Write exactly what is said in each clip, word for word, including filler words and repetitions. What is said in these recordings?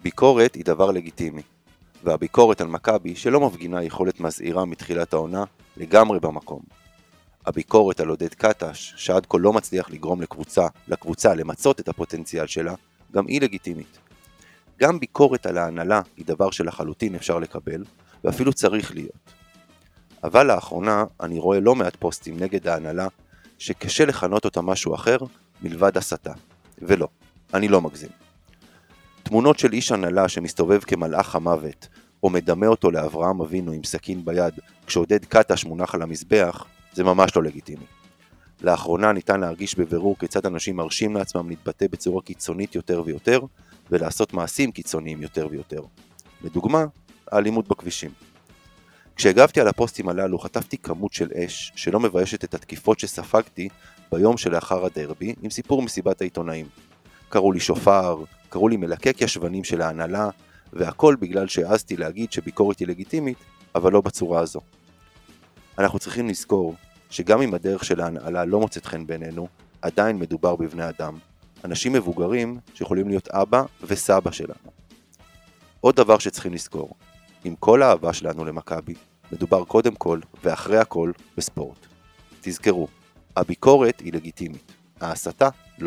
ביקורת היא דבר לגיטימי, והביקורת על מכבי שלא מפגינה יכולת מזהירה מתחילת העונה לגמרי במקום. הביקורת על עודד קטש, שעד כה לא מצליח לגרום לקבוצה, לקבוצה למצות את הפוטנציאל שלה, גם היא לגיטימית. גם ביקורת על ההנהלה היא דבר שלחלוטין אפשר לקבל, ואפילו צריך להיות. אבל לאחרונה אני רואה לא מעט פוסטים נגד ההנהלה, שקשה לכנות אותה משהו אחר מלבד הסתה. ולא, אני לא מגזים. תמונות של איש הנהלה שמסתובב כמלאך המוות, או מדמה אותו לאברהם אבינו עם סכין ביד, כשעודד קטש מונח על המזבח, זה ממש לא לגיטימי. לאחרונה ניתן להרגיש בבירור כיצד אנשים מרשים לעצמם להתבטא בצורה קיצונית יותר ויותר, ולעשות מעשים קיצוניים יותר ויותר. לדוגמה, האלימות בכבישים. כשהגבתי על הפוסטים הללו, חטפתי כמות של אש שלא מביישת את התקיפות שספגתי ביום שלאחר הדרבי עם סיפור מסיבת העיתונאים. קראו לי שופר, קראו לי מלקק ישבנים של ההנהלה, והכל בגלל שהעזתי להגיד שביקורת היא לגיטימית, אבל לא בצורה הזו. אנחנו צריכים לזכור שגם אם הדרך של ההנהלה לא מוצאת חן בינינו, עדיין מדובר בבני אדם, אנשים מבוגרים שיכולים להיות אבא וסבא שלנו. עוד דבר שצריכים לזכור, עם כל האהבה שלנו למכבי, מדובר קודם כל ואחרי הכל בספורט. תזכרו, הביקורת היא לגיטימית, ההסתה לא.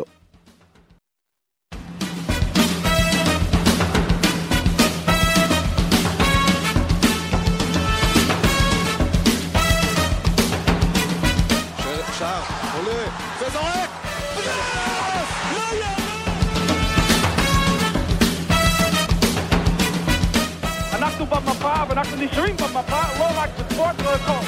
שער, עולה, וזורק, ונס! לא יאמן! אנחנו במפה, ואנחנו נשארים במפה, לא רק בספורט, לא הכל.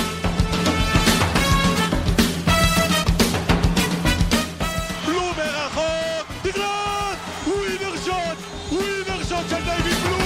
בלום מרחוק, תגלוט! ווינר שוט! ווינר שוט של דיוויד בלום!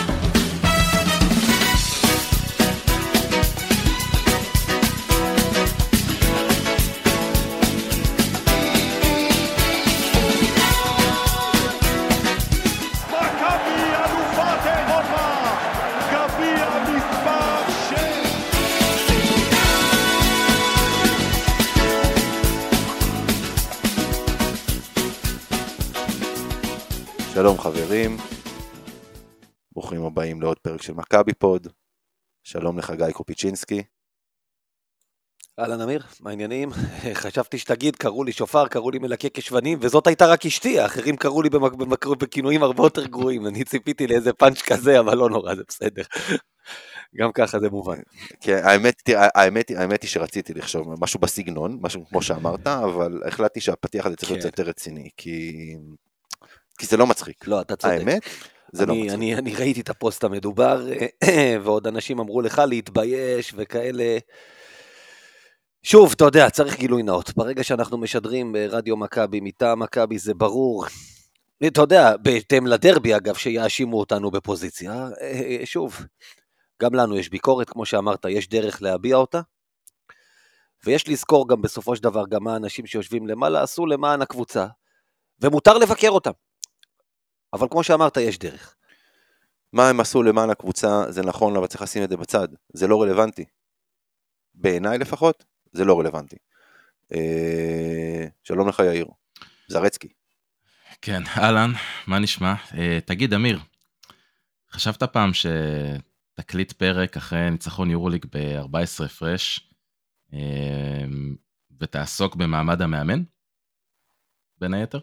שלום חברים, ברוכים הבאים לעוד פרק של מכבי פוד. שלום לחגי קופיצ'ינסקי. אהלן אמיר, מה העניינים? חשבתי שתגיד, קראו לי שופר, קראו לי מלקק ישבנים, וזאת הייתה רק אשתי, האחרים קראו לי בכינויים הרבה יותר גרועים, אני ציפיתי לאיזה פאנץ' כזה, אבל לא נורא, זה בסדר. גם ככה זה מובן. כן, האמת, האמת, האמת היא שרציתי לחשוב משהו בסגנון, משהו כמו שאמרת, אבל החלטתי שהפתיח הזה צריך להיות יותר רציני, כי... כי זה לא מצחיק. לא, אתה צודק. האמת, זה לא מצחיק. אני, אני ראיתי את הפוסט המדובר, ועוד אנשים אמרו לך להתבייש וכאלה. שוב, אתה יודע, צריך גילוי נאות. ברגע שאנחנו משדרים ברדיו מכבי, מטעם מכבי, זה ברור. אתה יודע, בהתאם לדרבי, אגב, שיאשימו אותנו בפוזיציה. שוב, גם לנו יש ביקורת, כמו שאמרת, יש דרך להביע אותה. ויש לזכור גם בסופו של דבר, גם האנשים שיושבים למעלה, עשו למען הקבוצה. ומותר לבקר אותם. אבל כמו שאמרת, יש דרך. מה הם עשו למען הקבוצה, זה נכון, אבל צריך לשים את זה בצד. זה לא רלוונטי. בעיניי לפחות, זה לא רלוונטי. אה, שלום לך יאיר. זרצקי. כן, אהלן, מה נשמע? אה, תגיד, אמיר, חשבת פעם שתקליט פרק אחרי ניצחון יורוליג ב-ארבע עשרה הפרש, אה, ותעסוק במעמד המאמן? בין היתר?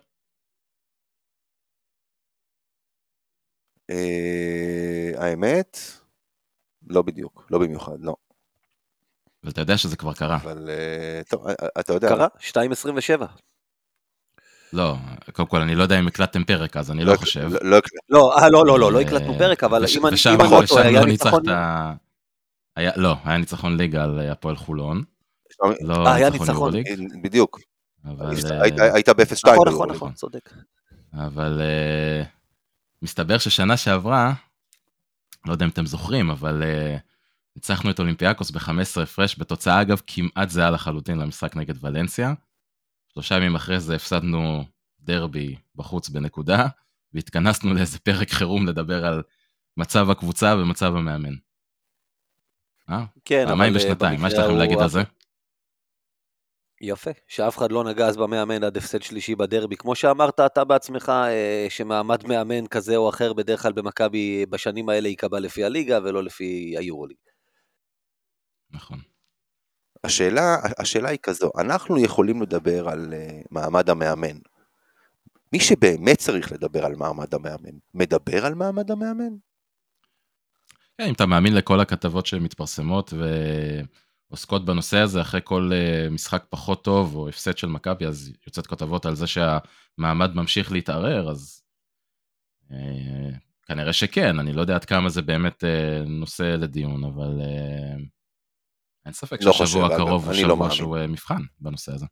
האמת, לא בדיוק, לא במיוחד, לא. ואתה יודע שזה כבר קרה. אבל, טוב, אתה יודע. קרה? שתיים עשרים ושבע. לא, קודם כל, אני לא יודע אם הקלטתם פרק, אז אני לא חושב. לא, לא, לא, לא, לא הקלטנו פרק, אבל אם אני לא היה ניצחון... לא, היה ניצחון ליגה על הפועל חולון. היה ניצחון, בדיוק. היית ב-אפס שתיים. נכון, נכון, נכון, צודק. אבל מסתבר ששנה שעברה, לא יודע אם אתם זוכרים, אבל ניצחנו את אולימפיאקוס ב-חמש עשרה הפרש, בתוצאה אגב כמעט זהה לחלוטין למשחק נגד ולנסיה. שלושה ימים אחרי זה הפסדנו דרבי בחוץ בנקודה, והתכנסנו לאיזה פרק חירום לדבר על מצב הקבוצה ומצב המאמן. אה? כן, פעמיים בשנתיים, מה יש לכם להגיד על זה? יפה, שאף אחד לא נגע אז במאמן עד הפסד שלישי בדרבי, כמו שאמרת אתה בעצמך, שמעמד מאמן כזה או אחר בדרך כלל במכבי בשנים האלה יקבע לפי הליגה ולא לפי היורוליג. נכון. השאלה, השאלה היא כזו, אנחנו יכולים לדבר על uh, מעמד המאמן. מי שבאמת צריך לדבר על מעמד המאמן, מדבר על מעמד המאמן? כן, אם אתה מאמין לכל הכתבות שמתפרסמות ועוסקות בנושא הזה, אחרי כל uh, משחק פחות טוב או הפסד של מכבי, אז יוצאת כתבות על זה שהמעמד ממשיך להתערער, אז uh, כנראה שכן, אני לא יודע עד כמה זה באמת uh, נושא לדיון, אבל... Uh, אין ספק לא שהשבוע חושב, הקרוב הוא אני שבוע לא שהוא מבחן בנושא הזה.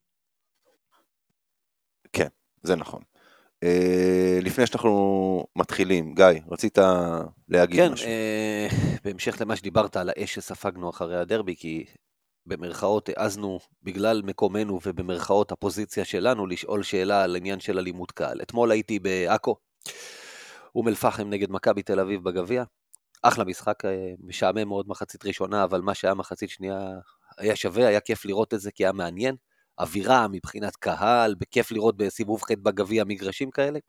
כן, זה נכון. Uh, לפני שאנחנו מתחילים, גיא, רצית להגיד כן, משהו? אה, בהמשך למה שדיברת על האש שספגנו אחרי הדרבי, כי במרכאות העזנו בגלל מקומנו ובמרכאות הפוזיציה שלנו לשאול שאלה על עניין של אלימות קהל. אתמול הייתי בעכו, אום אל-פחם נגד מכבי תל אביב בגביע, אחלה משחק, משעמם מאוד מחצית ראשונה, אבל מה שהיה מחצית שנייה היה שווה, היה כיף לראות את זה כי היה מעניין, אווירה מבחינת קהל, בכיף לראות בסיבוב ח' בגביע מגרשים כאלה.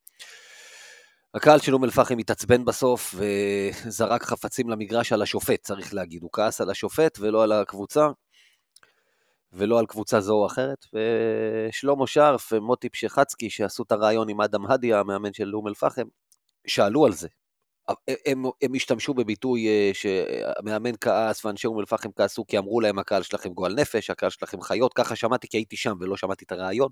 הקהל של אום אל-פחם התעצבן בסוף וזרק חפצים למגרש על השופט, צריך להגיד, הוא כעס על השופט ולא על הקבוצה, ולא על קבוצה זו או אחרת, ושלמה שרף ומוטי פשחצקי שעשו את הרעיון עם אדם הדיה, המאמן של אום אל-פחם, שאלו על זה. הם, הם השתמשו בביטוי שהמאמן כעס ואנשי אום אל-פחם כעסו כי אמרו להם הקהל שלכם גועל נפש, הקהל שלכם חיות, ככה שמעתי כי הייתי שם ולא שמעתי את הרעיון,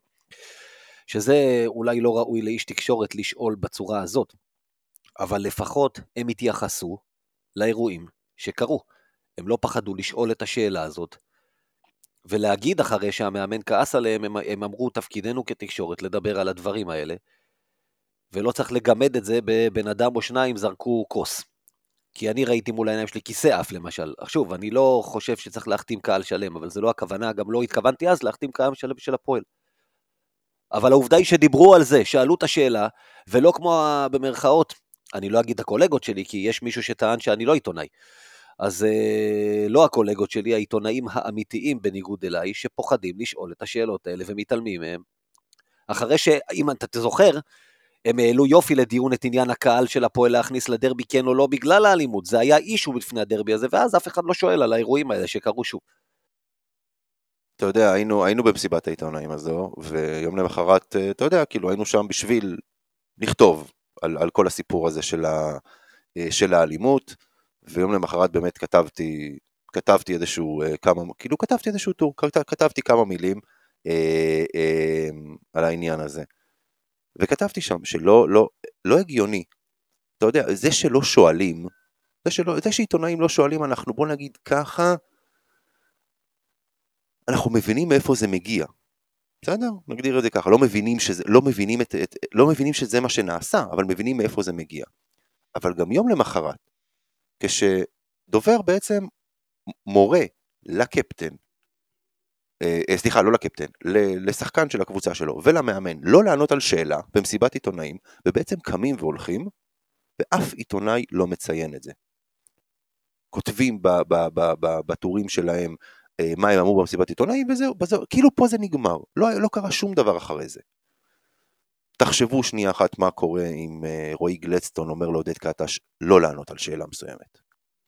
שזה אולי לא ראוי לאיש תקשורת לשאול בצורה הזאת, אבל לפחות הם התייחסו לאירועים שקרו, הם לא פחדו לשאול את השאלה הזאת, ולהגיד אחרי שהמאמן כעס עליהם, הם, הם אמרו תפקידנו כתקשורת לדבר על הדברים האלה, ולא צריך לגמד את זה בבן אדם או שניים זרקו כוס. כי אני ראיתי מול העיניים שלי כיסא אף למשל. שוב, אני לא חושב שצריך להחתים קהל שלם, אבל זה לא הכוונה, גם לא התכוונתי אז להחתים קהל שלם של הפועל. אבל העובדה היא שדיברו על זה, שאלו את השאלה, ולא כמו במרכאות, אני לא אגיד הקולגות שלי, כי יש מישהו שטען שאני לא עיתונאי. אז אה, לא הקולגות שלי, העיתונאים האמיתיים בניגוד אליי, שפוחדים לשאול את השאלות האלה ומתעלמים מהם. אחרי שאם אתה תזוכר, הם העלו יופי לדיון את עניין הקהל של הפועל להכניס לדרבי כן או לא בגלל האלימות, זה היה אישו לפני הדרבי הזה, ואז אף אחד לא שואל על האירועים האלה שקרו שוב. אתה יודע, היינו, היינו במסיבת העיתונאים הזו, ויום למחרת, אתה יודע, כאילו היינו שם בשביל לכתוב על, על כל הסיפור הזה של, ה, של האלימות, ויום למחרת באמת כתבתי, כתבתי איזשהו כמה, כאילו כתבתי איזשהו טור, כתבתי כמה מילים אה, אה, על העניין הזה. וכתבתי שם שלא לא, לא הגיוני, אתה יודע, זה שלא שואלים, זה, שלא, זה שעיתונאים לא שואלים, אנחנו בוא נגיד ככה, אנחנו מבינים מאיפה זה מגיע, בסדר? נגדיר את זה ככה, לא מבינים שזה, לא מבינים את, את, לא מבינים שזה מה שנעשה, אבל מבינים מאיפה זה מגיע. אבל גם יום למחרת, כשדובר בעצם מורה לקפטן, אה, סליחה, לא לקפטן, לשחקן של הקבוצה שלו ולמאמן, לא לענות על שאלה במסיבת עיתונאים, ובעצם קמים והולכים, ואף עיתונאי לא מציין את זה. כותבים ב, ב, ב, ב, בטורים שלהם אה, מה הם אמרו במסיבת עיתונאים, וזהו, בזהו, כאילו פה זה נגמר, לא, לא קרה שום דבר אחרי זה. תחשבו שנייה אחת מה קורה אם אה, רועי גלדסטון אומר לעודד קטש לא לענות על שאלה מסוימת.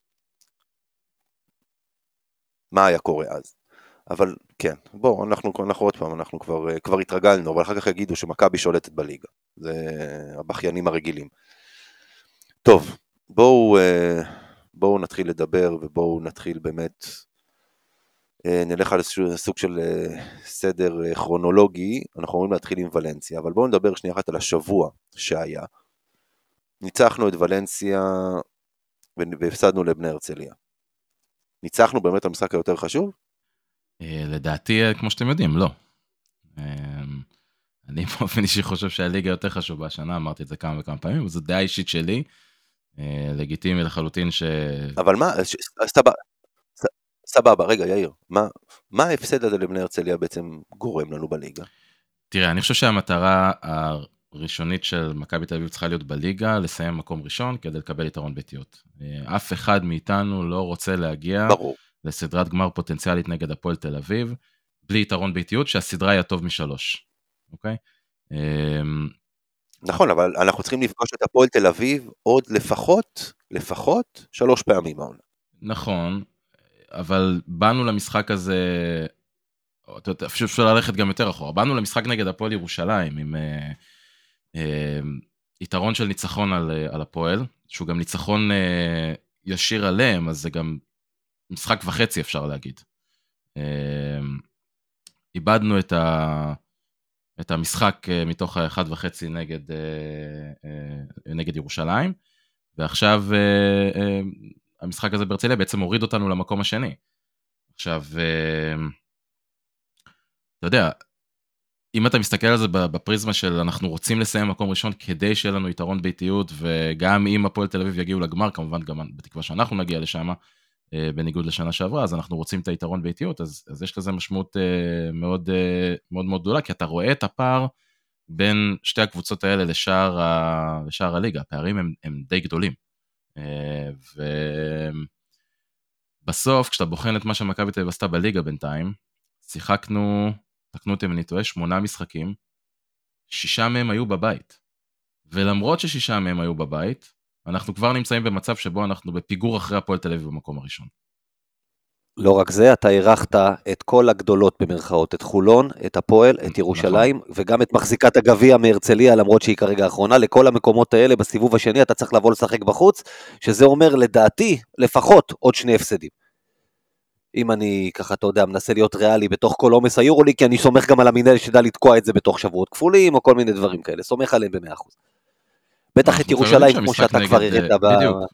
מה היה קורה אז? אבל כן, בואו, אנחנו, אנחנו עוד פעם, אנחנו כבר, כבר התרגלנו, אבל אחר כך יגידו שמכבי שולטת בליגה. זה הבחיינים הרגילים. טוב, בואו, בואו נתחיל לדבר, ובואו נתחיל באמת, נלך על סוג של סדר כרונולוגי, אנחנו אומרים להתחיל עם ולנסיה, אבל בואו נדבר שנייה אחת על השבוע שהיה. ניצחנו את ולנסיה, והפסדנו לבני הרצליה. ניצחנו באמת המשחק היותר חשוב? לדעתי, כמו שאתם יודעים, לא. אני באופן אישי חושב שהליגה יותר חשובה השנה, אמרתי את זה כמה וכמה פעמים, וזו דעה אישית שלי, לגיטימי לחלוטין ש... אבל מה, סבבה, סבבה, רגע, יאיר, מה, מה ההפסד הזה לבני הרצליה בעצם גורם לנו בליגה? תראה, אני חושב שהמטרה הראשונית של מכבי תל אביב צריכה להיות בליגה, לסיים מקום ראשון כדי לקבל יתרון ביתיות. אף אחד מאיתנו לא רוצה להגיע... ברור. לסדרת גמר פוטנציאלית נגד הפועל תל אביב, בלי יתרון ביתיות, שהסדרה היא הטוב משלוש, אוקיי? נכון, אבל אנחנו צריכים לפגוש את הפועל תל אביב עוד לפחות, לפחות שלוש פעמים העונה. נכון, אבל באנו למשחק הזה, אפשר, אפשר ללכת גם יותר אחורה, באנו למשחק נגד הפועל ירושלים, עם אה, אה, יתרון של ניצחון על, על הפועל, שהוא גם ניצחון אה, ישיר עליהם, אז זה גם משחק וחצי אפשר להגיד. אה, איבדנו את ה... את המשחק מתוך האחד וחצי נגד, נגד ירושלים, ועכשיו המשחק הזה בהרצליה בעצם הוריד אותנו למקום השני. עכשיו, אתה יודע, אם אתה מסתכל על זה בפריזמה של אנחנו רוצים לסיים מקום ראשון כדי שיהיה לנו יתרון ביתיות, וגם אם הפועל תל אביב יגיעו לגמר, כמובן גם בתקווה שאנחנו נגיע לשם, בניגוד לשנה שעברה, אז אנחנו רוצים את היתרון ביתיות, אז, אז יש לזה משמעות מאוד, מאוד מאוד גדולה, כי אתה רואה את הפער בין שתי הקבוצות האלה לשאר, ה, לשאר הליגה, הפערים הם, הם די גדולים. ובסוף, כשאתה בוחן את מה שמכבי תל אביב עשתה בליגה בינתיים, שיחקנו, תקנו אותי אם אני טועה, שמונה משחקים, שישה מהם היו בבית. ולמרות ששישה מהם היו בבית, אנחנו כבר נמצאים במצב שבו אנחנו בפיגור אחרי הפועל תל אביב במקום הראשון. לא רק זה, אתה ערכת את כל הגדולות במרכאות, את חולון, את הפועל, את ירושלים, נכון. וגם את מחזיקת הגביע מהרצליה, למרות שהיא כרגע האחרונה, לכל המקומות האלה בסיבוב השני, אתה צריך לבוא לשחק בחוץ, שזה אומר לדעתי, לפחות עוד שני הפסדים. אם אני ככה, אתה יודע, מנסה להיות ריאלי בתוך כל עומס היורוליג, כי אני סומך גם על המינהל שדע לתקוע את זה בתוך שבועות כפולים, או כל מיני דברים כאלה, סומך עליהם במאה אחוז. בטח את ירושלים, כמו שאתה כבר הראת ב...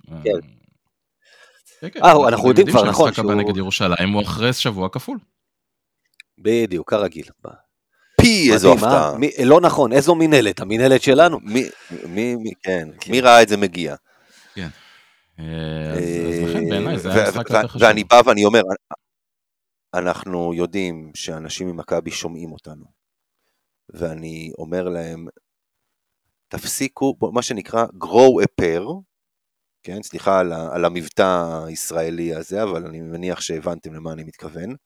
אה, אנחנו יודעים כבר, נכון. שהמשחק הבא נגד ירושלים הוא אחרי שבוע כפול. בדיוק, כרגיל. פי, איזו הפתעה. לא נכון, איזו מינהלת, המינהלת שלנו. כן, מי ראה את זה מגיע. כן. אז לכן בעיניי זה היה משחק יותר חשוב. ואני בא ואני אומר, אנחנו יודעים שאנשים ממכבי שומעים אותנו, ואני אומר להם, תפסיקו, מה שנקרא, grow a pair, כן, סליחה על, על המבטא הישראלי הזה, אבל אני מניח שהבנתם למה אני מתכוון,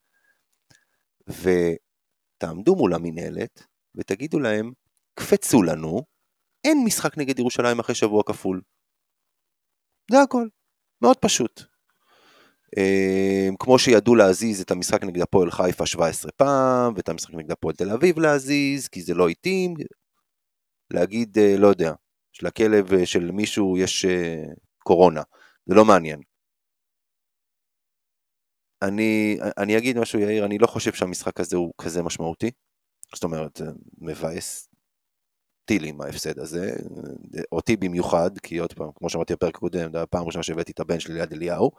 ותעמדו מול המנהלת, ותגידו להם, קפצו לנו, אין משחק נגד ירושלים אחרי שבוע כפול. זה הכל, מאוד פשוט. כמו שידעו להזיז את המשחק נגד הפועל חיפה שבע עשרה פעם, ואת המשחק נגד הפועל תל אביב להזיז, כי זה לא איטים, להגיד, לא יודע, שלכלב של מישהו יש קורונה, זה לא מעניין. אני, אני אגיד משהו, יאיר, אני לא חושב שהמשחק הזה הוא כזה משמעותי, זאת אומרת, מבאס טילים ההפסד הזה, אותי במיוחד, כי עוד פעם, כמו שאמרתי בפרק קודם, זה הפעם ראשונה שהבאתי את הבן שלי ליד אליהו,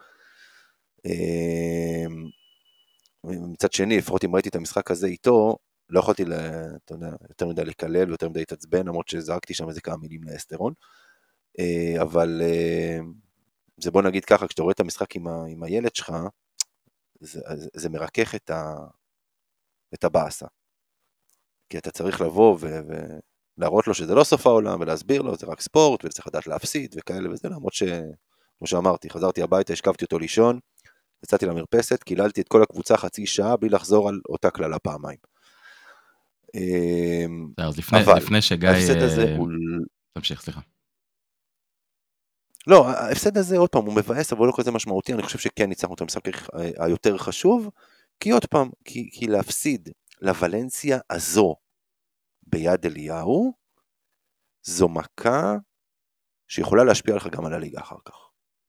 מצד שני, לפחות אם ראיתי את המשחק הזה איתו, לא יכולתי, אתה יודע, יותר מדי לקלל ויותר מדי להתעצבן, למרות שזרקתי שם איזה כמה מילים לאסטרון, אבל זה בוא נגיד ככה, כשאתה רואה את המשחק עם, ה, עם הילד שלך, זה, זה מרכך את, ה, את הבאסה, כי אתה צריך לבוא ו, ולהראות לו שזה לא סוף העולם, ולהסביר לו, זה רק ספורט, וצריך לדעת להפסיד וכאלה וזה, למרות שכמו שאמרתי, חזרתי הביתה, השכבתי אותו לישון, יצאתי למרפסת, קיללתי את כל הקבוצה חצי שעה, בלי לחזור על אותה כללה פעמיים. אז לפני שגיא... תמשיך, סליחה. לא, ההפסד הזה עוד פעם הוא מבאס, אבל לא כזה משמעותי, אני חושב שכן ניצחנו את המשחק היותר חשוב, כי עוד פעם, כי, כי להפסיד לוולנסיה הזו ביד אליהו, זו מכה שיכולה להשפיע עליך גם על הליגה אחר כך.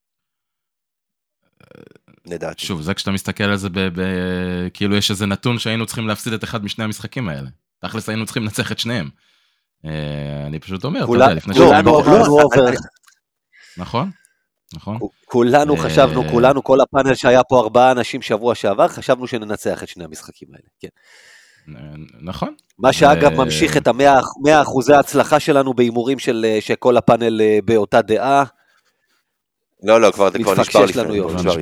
נדעתי. שוב, זה כשאתה מסתכל על זה, כאילו יש איזה נתון שהיינו צריכים להפסיד את אחד משני המשחקים האלה. תכלס היינו צריכים לנצח את שניהם. אני פשוט אומר, אתה יודע, לפני כולנו נכון, נכון. כולנו חשבנו, כולנו, כל הפאנל שהיה פה ארבעה אנשים שבוע שעבר, חשבנו שננצח את שני המשחקים האלה, כן. נכון. מה שאגב ממשיך את המאה אחוזי ההצלחה שלנו באימורים של שכל הפאנל באותה דעה. לא, לא, כבר נשבר לפני.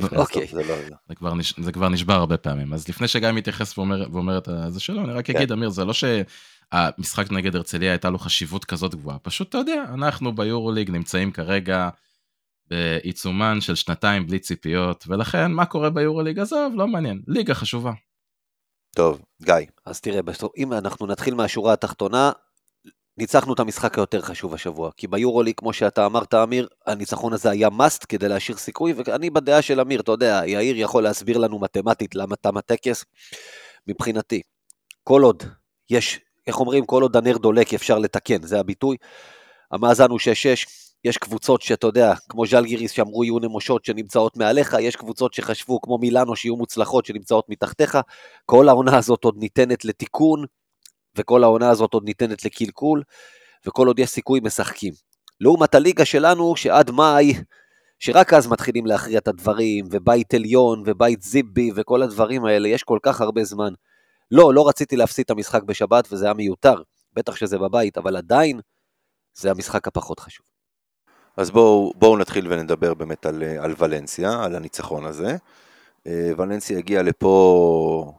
זה כבר נשבר הרבה פעמים. אז לפני שגיא מתייחס ואומר את זה שלו, אני רק אגיד, אמיר, זה לא שהמשחק נגד הרצליה הייתה לו חשיבות כזאת גבוהה. פשוט, אתה יודע, אנחנו ביורוליג נמצאים כרגע בעיצומן של שנתיים בלי ציפיות, ולכן מה קורה ביורוליג? עזוב, לא מעניין. ליגה חשובה. טוב, גיא. אז תראה, אם אנחנו נתחיל מהשורה התחתונה, ניצחנו את המשחק היותר חשוב השבוע, כי ביורוליג, כמו שאתה אמרת, אמיר, הניצחון הזה היה must כדי להשאיר סיכוי, ואני בדעה של אמיר, אתה יודע, יאיר יכול להסביר לנו מתמטית למה תם הטקס, מבחינתי, כל עוד יש, איך אומרים, כל עוד הנר דולק אפשר לתקן, זה הביטוי, המאזן הוא שש שש, יש קבוצות שאתה יודע, כמו ז'לגיריס שאמרו יהיו נמושות שנמצאות מעליך, יש קבוצות שחשבו כמו מילאנו שיהיו מוצלחות שנמצאות מתחתיך, כל העונה הזאת עוד ניתנת לתיקון, וכל העונה הזאת עוד ניתנת לקלקול, וכל עוד יש סיכוי משחקים. לעומת הליגה שלנו, שעד מאי, שרק אז מתחילים להכריע את הדברים, ובית עליון, ובית זיבי, וכל הדברים האלה, יש כל כך הרבה זמן. לא, לא רציתי להפסיד את המשחק בשבת, וזה היה מיותר, בטח שזה בבית, אבל עדיין, זה המשחק הפחות חשוב. אז בואו, בואו נתחיל ונדבר באמת על, על ולנסיה, על הניצחון הזה. ולנסיה הגיעה לפה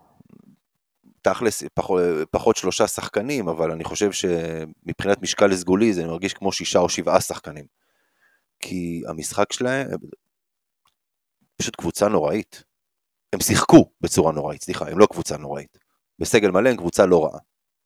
תכלס פחות, פחות שלושה שחקנים, אבל אני חושב שמבחינת משקל סגולי זה מרגיש כמו שישה או שבעה שחקנים. כי המשחק שלהם, פשוט קבוצה נוראית. הם שיחקו בצורה נוראית, סליחה, הם לא קבוצה נוראית. בסגל מלא הם קבוצה לא רעה.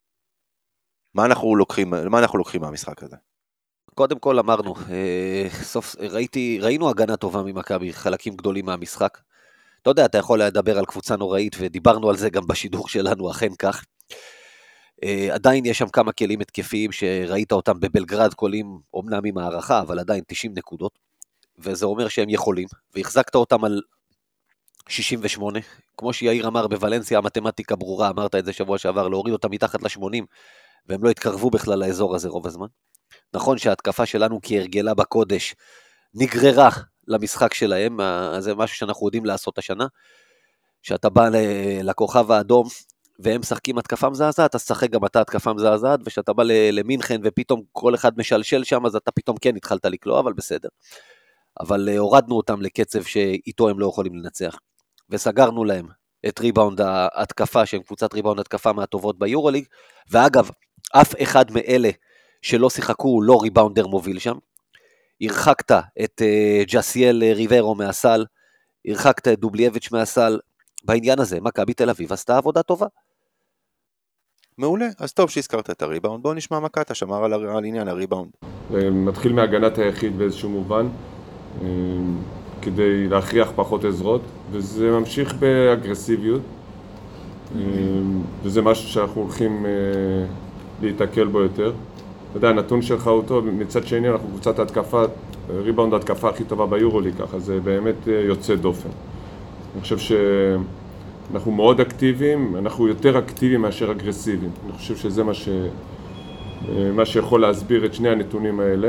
מה אנחנו לוקחים, מה אנחנו לוקחים מהמשחק הזה? קודם כל אמרנו, אה, סוף, ראיתי, ראינו הגנה טובה ממכבי, חלקים גדולים מהמשחק. אתה יודע, אתה יכול לדבר על קבוצה נוראית, ודיברנו על זה גם בשידור שלנו, אכן כך. אה, עדיין יש שם כמה כלים התקפיים, שראית אותם בבלגרד, קולים אומנם עם הערכה, אבל עדיין תשעים נקודות, וזה אומר שהם יכולים, והחזקת אותם על שישים ושמונה, כמו שיאיר אמר בוולנסיה, המתמטיקה ברורה, אמרת את זה שבוע שעבר, להוריד אותם מתחת ל-שמונים, והם לא התקרבו בכלל לאזור הזה רוב הזמן. נכון שההתקפה שלנו כהרגלה בקודש נגררה למשחק שלהם, זה משהו שאנחנו יודעים לעשות השנה, שאתה בא לכוכב האדום והם משחקים התקפה מזעזעת, אז שחק גם אתה התקפה מזעזעת, ושאתה בא למינכן ופתאום כל אחד משלשל שם, אז אתה פתאום כן התחלת לקלוע, אבל בסדר. אבל הורדנו אותם לקצב שאיתו הם לא יכולים לנצח, וסגרנו להם את ריבאונד ההתקפה, שהם קבוצת ריבאונד התקפה מהטובות ביורוליג, ואגב, אף אחד מאלה שלא שיחקו לא ריבאונדר מוביל שם, הרחקת את uh, ג'סיאל ריברו מהסל, הרחקת את דובליאביץ' מהסל, בעניין הזה, מכבי תל אביב עשתה עבודה טובה. מעולה, אז טוב שהזכרת את הריבאונד, בואו נשמע מה קאטה שמר על, על עניין הריבאונד. מתחיל מהגנת היחיד באיזשהו מובן, כדי להכריח פחות עזרות, וזה ממשיך באגרסיביות, וזה משהו שאנחנו הולכים להתעכל בו יותר. אתה יודע, הנתון שלך הוא טוב, מצד שני אנחנו קבוצת התקפה, ריבאונד התקפה הכי טובה ביורוליג, ככה זה באמת יוצא דופן. אני חושב שאנחנו מאוד אקטיביים, אנחנו יותר אקטיביים מאשר אגרסיביים. אני חושב שזה מה, ש... מה שיכול להסביר את שני הנתונים האלה.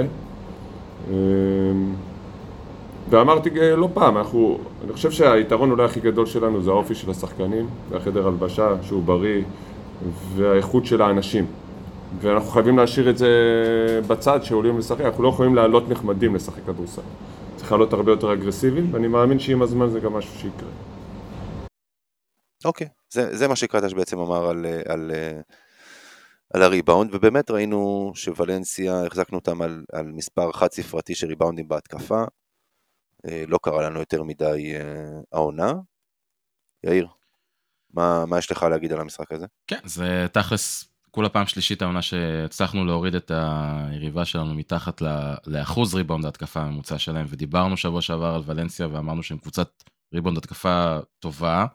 ואמרתי לא פעם, אנחנו... אני חושב שהיתרון אולי הכי גדול שלנו זה האופי של השחקנים, והחדר הלבשה שהוא בריא, והאיכות של האנשים. ואנחנו חייבים להשאיר את זה בצד שעולים לשחק, אנחנו לא יכולים לעלות נחמדים לשחק כדורסל. צריך לעלות הרבה יותר אגרסיביים, ואני מאמין שעם הזמן זה גם משהו שיקרה. אוקיי, זה, זה מה שקאטש בעצם אמר על, על, על הריבאונד, ובאמת ראינו שוולנסיה, החזקנו אותם על, על מספר חד ספרתי של ריבאונדים בהתקפה, לא קרה לנו יותר מדי העונה. יאיר, מה, מה יש לך להגיד על המשחק הזה? כן, זה תכלס... כולה פעם שלישית העונה שהצלחנו להוריד את היריבה שלנו מתחת לאחוז ריבאונד ההתקפה הממוצע שלהם, ודיברנו שבוע שעבר על ולנסיה ואמרנו שהם קבוצת ריבאונד התקפה טובה.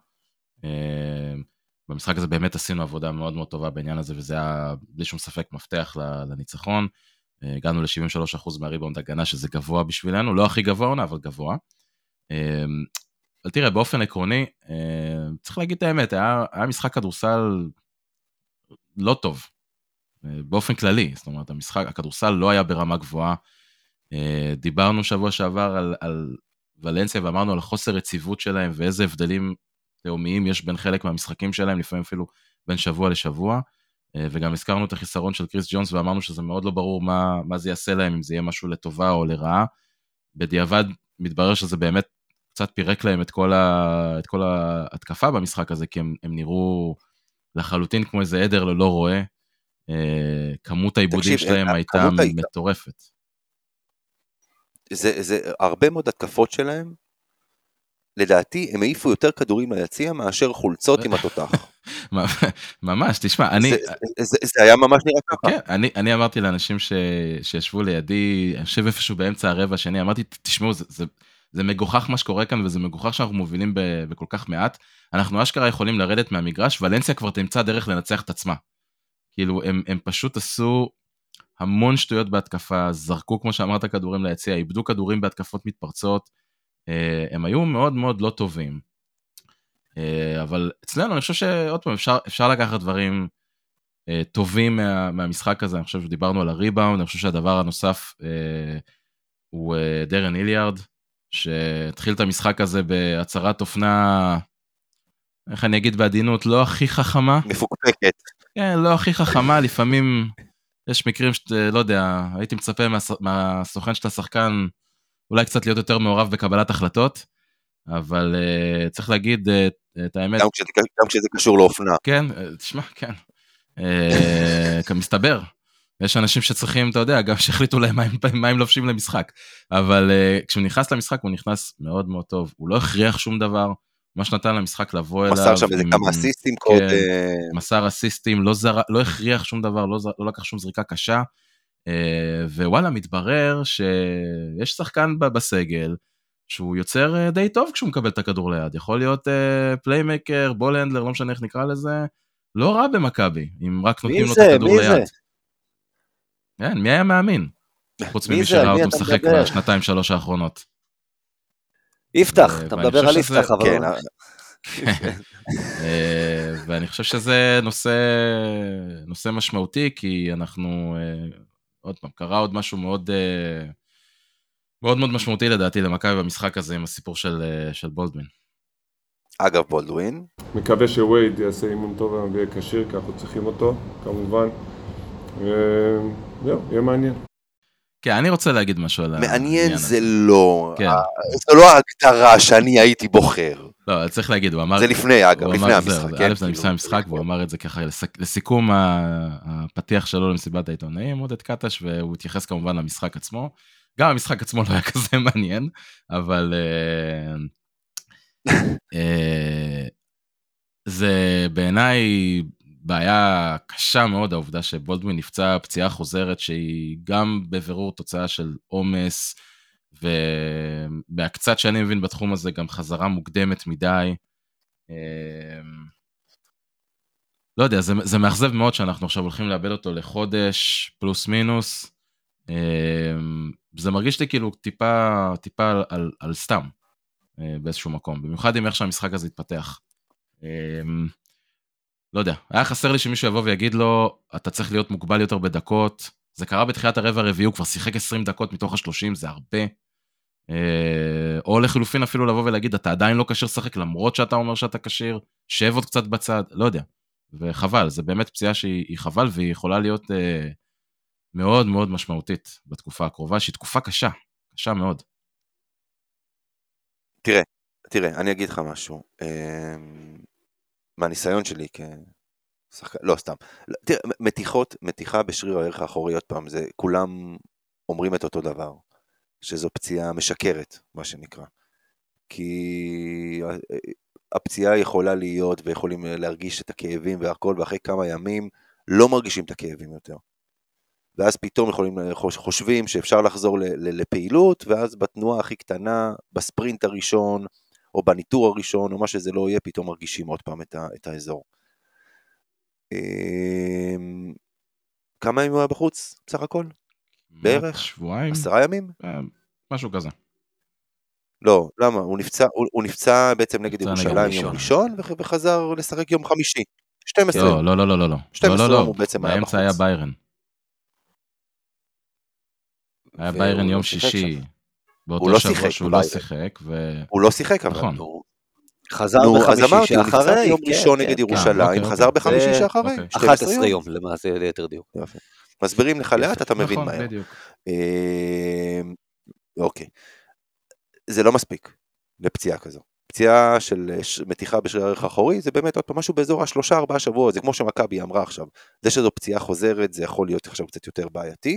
במשחק הזה באמת עשינו עבודה מאוד מאוד טובה בעניין הזה, וזה היה בלי שום ספק מפתח לניצחון. הגענו ל-שבעים ושלושה אחוז מהריבאונד הגנה, שזה גבוה בשבילנו, לא הכי גבוה עונה, אבל גבוה. אבל תראה, באופן עקרוני, צריך להגיד את האמת, היה, היה משחק כדורסל לא טוב, באופן כללי, זאת אומרת, המשחק, הכדורסל לא היה ברמה גבוהה, דיברנו שבוע שעבר על, על ולנסיה, ואמרנו על חוסר רציבות שלהם, ואיזה הבדלים תאומיים יש בין חלק מהמשחקים שלהם, לפעמים אפילו בין שבוע לשבוע, וגם הזכרנו את החיסרון של קריס ג'ונס, ואמרנו שזה מאוד לא ברור מה, מה זה יעשה להם, אם זה יהיה משהו לטובה או לרעה, בדיעבד מתברר שזה באמת קצת פירק להם את כל, ה, את כל ההתקפה במשחק הזה, כי הם, הם נראו לחלוטין כמו איזה עדר ללא רואה, כמות העיבודים שלהם הייתה מטורפת. זה, זה הרבה מאוד התקפות שלהם, לדעתי הם העיפו יותר כדורים ליציע מאשר חולצות עם התותח. ממש, תשמע, אני... זה, זה, זה היה ממש נראה ככה. כן, אני, אני אמרתי לאנשים ש, שישבו לידי, אני חושב איפשהו באמצע הרבע השני, אמרתי, תשמעו, זה, זה, זה מגוחך מה שקורה כאן, וזה מגוחך שאנחנו מובילים בכל כך מעט, אנחנו אשכרה יכולים לרדת מהמגרש, ולנסיה כבר תמצא דרך לנצח את עצמה. כאילו, הם, הם פשוט עשו המון שטויות בהתקפה, זרקו, כמו שאמרת, כדורים ליציע, איבדו כדורים בהתקפות מתפרצות, הם היו מאוד מאוד לא טובים. אבל אצלנו, אני חושב שעוד פעם, אפשר, אפשר לקחת דברים טובים מה, מהמשחק הזה, אני חושב שדיברנו על הריבאונד, אני חושב שהדבר הנוסף הוא דרן היליארד, שהתחיל את המשחק הזה בהצהרת אופנה, איך אני אגיד בעדינות, לא הכי חכמה. מפוקפקת. כן, לא הכי חכמה, לפעמים יש מקרים שאתה, לא יודע, הייתי מצפה מה, מהסוכן של השחקן, אולי קצת להיות יותר מעורב בקבלת החלטות, אבל uh, צריך להגיד uh, את האמת. גם כשזה, גם כשזה קשור לאופנה. כן, uh, תשמע, כן. Uh, כמסתבר. יש אנשים שצריכים, אתה יודע, גם שהחליטו להם מה, מה הם לובשים למשחק. אבל uh, כשהוא נכנס למשחק, הוא נכנס מאוד מאוד טוב. הוא לא הכריח שום דבר. מה שנתן למשחק לבוא אליו. מסר שם איזה כמה אסיסטים קוד. כן, מסר אסיסטים, לא, זר, לא הכריח שום דבר, לא, לא לקח שום זריקה קשה. Uh, ווואלה, מתברר שיש שחקן בסגל, שהוא יוצר די טוב כשהוא מקבל את הכדור ליד, יכול להיות פליימקר, בולנדלר, לא משנה איך נקרא לזה, לא רע במכבי, אם רק נותנים לו את הכדור ליד. מי זה? כן, מי היה מאמין? חוץ ממי שראה אותו משחק בשנתיים שלוש האחרונות. יפתח, אתה מדבר על יפתח, אבל... כן. ואני חושב שזה נושא משמעותי, כי אנחנו, עוד פעם, קרה עוד משהו מאוד... מאוד מאוד משמעותי לדעתי למכבי במשחק הזה עם הסיפור של, של בולדווין. אגב, בולדווין. מקווה שווייד יעשה אימון טוב ויהיה קשיר, כי אנחנו צריכים אותו, כמובן. זהו, יהיה מעניין. כן, אני רוצה להגיד משהו על העניין הזה. מעניין זה לא, זה לא ההגדרה שאני הייתי בוחר. לא, צריך להגיד, הוא אמר... זה לפני, אגב, לפני המשחק. א' זה לפני המשחק, והוא אמר את זה ככה, לסיכום הפתיח שלו למסיבת העיתונאים, עודד קטש, והוא התייחס כמובן למשחק עצמו. גם המשחק עצמו לא היה כזה מעניין, אבל זה בעיניי בעיה קשה מאוד, העובדה שבולדווין נפצע פציעה חוזרת, שהיא גם בבירור תוצאה של עומס, ובהקצת שאני מבין בתחום הזה, גם חזרה מוקדמת מדי. לא יודע, זה, זה מאכזב מאוד שאנחנו עכשיו הולכים לאבד אותו לחודש, פלוס מינוס, זה מרגיש לי כאילו טיפה, טיפה על, על, על סתם, באיזשהו מקום, במיוחד עם איך שהמשחק הזה התפתח. לא יודע, היה חסר לי שמישהו יבוא ויגיד לו, אתה צריך להיות מוגבל יותר בדקות, זה קרה בתחילת הרבע הרביעי, הוא כבר שיחק עשרים דקות מתוך ה-שלושים, זה הרבה, או לחילופין אפילו לבוא ולהגיד, אתה עדיין לא קשיר לשחק, למרות שאתה אומר שאתה קשיר, שב עוד קצת בצד, לא יודע, וחבל, זה באמת פציעה שהיא חבל, והיא יכולה להיות מאוד מאוד משמעותית בתקופה הקרובה, שהיא תקופה קשה, קשה מאוד. תראה, תראה, אני אגיד לך משהו, מהניסיון שלי כשחקן, לא סתם, תראה, מתיחות, מתיחה בשריר הערך האחורי, עוד פעם, זה כולם אומרים את אותו דבר, שזו פציעה משקרת, מה שנקרא, כי הפציעה יכולה להיות, ויכולים להרגיש את הכאבים והכל, ואחרי כמה ימים לא מרגישים את הכאבים יותר. ואז פתאום יכולים, חושבים שאפשר לחזור לפעילות, ואז בתנועה הכי קטנה, בספרינט הראשון, או בניטור הראשון, או מה שזה לא יהיה, פתאום מרגישים עוד פעם את, ה, את האזור. כמה ימים הוא היה בחוץ, בסך הכל? בערך? שבועיים? עשרה ימים? משהו כזה. לא, למה? הוא נפצע, הוא, הוא נפצע בעצם נגד ירושלים יום ראשון, וחזר לשחק יום חמישי. שתים עשרה. לא, לא, לא, לא, לא. שתים עשרה לא, לא, הוא בעצם היה בחוץ. באמצע היה ביירן. היה ביירן יום שישי, באותו שבוע שהוא לא שיחק. הוא לא שיחק, אבל חזר בחמישי שאחרי, יום ראשון נגד ירושלים, חזר בחמישי שאחרי. אחת עשרה יום, למעשה ליתר דיוק. מסבירים לך לאט, אתה מבין מהר. אוקיי. זה לא מספיק לפציעה כזו. פציעה של מתיחה בשריר הערך האחורי, זה באמת עוד פעם משהו באזור השלושה ארבעה שבועות, זה כמו שמכבי אמרה עכשיו. זה שזו פציעה חוזרת, זה יכול להיות עכשיו קצת יותר בעייתי.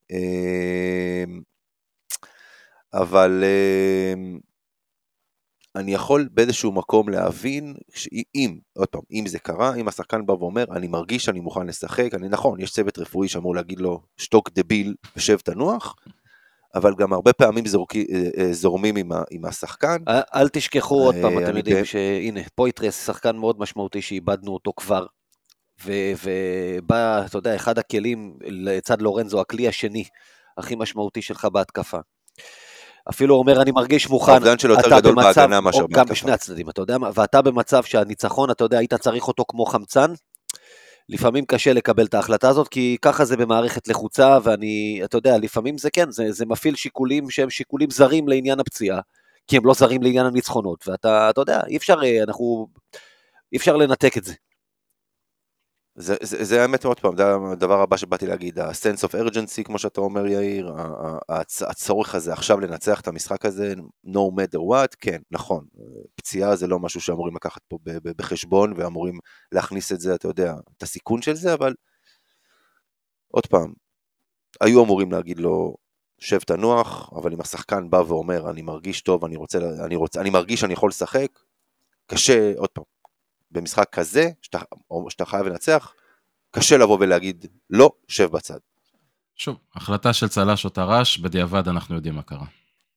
אבל אני יכול באיזשהו מקום להבין, שאם, עוד פעם, אם זה קרה, אם השחקן בא ואומר, אני מרגיש שאני מוכן לשחק, אני נכון, יש צוות רפואי שאמור להגיד לו, שתוק דביל ושב תנוח, אבל גם הרבה פעמים זורקי, זורמים עם, ה, עם השחקן. אל, אל תשכחו עוד פעם, אתם יודעים ב... שהנה, פויטרס, שחקן מאוד משמעותי שאיבדנו אותו כבר, ו- ובא, אתה יודע, אחד הכלים לצד לורנזו, הכלי השני, הכי משמעותי שלך בהתקפה. אפילו אומר, אני מרגיש מוכן, האובדן שלו יותר גדול בהגנה מאשר בהתקפה. גם בשני הצדדים, אתה יודע, ואתה במצב שהניצחון, אתה יודע, היית צריך אותו כמו חמצן, לפעמים קשה לקבל את ההחלטה הזאת, כי ככה זה במערכת לחוצה, ואני, אתה יודע, לפעמים זה כן, זה, זה מפעיל שיקולים שהם שיקולים זרים לעניין הפציעה, כי הם לא זרים לעניין הניצחונות, ואתה, אתה יודע, אי אפשר, אנחנו, אי אפשר לנתק את זה. זה, זה, זה האמת מאוד פעם, זה הדבר הבא שבאתי להגיד, ה-sense of urgency, כמו שאתה אומר יאיר, הצורך הזה עכשיו לנצח את המשחק הזה, no matter what, כן, נכון, פציעה זה לא משהו שאמורים לקחת פה בחשבון, ואמורים להכניס את זה, אתה יודע, את הסיכון של זה, אבל עוד פעם, היו אמורים להגיד לו, שב תנוח, אבל אם השחקן בא ואומר, אני מרגיש טוב, אני רוצה, אני רוצה, אני מרגיש שאני יכול לשחק, קשה, עוד פעם, במשחק כזה, שאתה, או שאתה חייב לנצח, קשה לבוא ולהגיד, לא, שב בצד. שוב, החלטה של צלש או טרש, בדיעבד אנחנו יודעים מה קרה.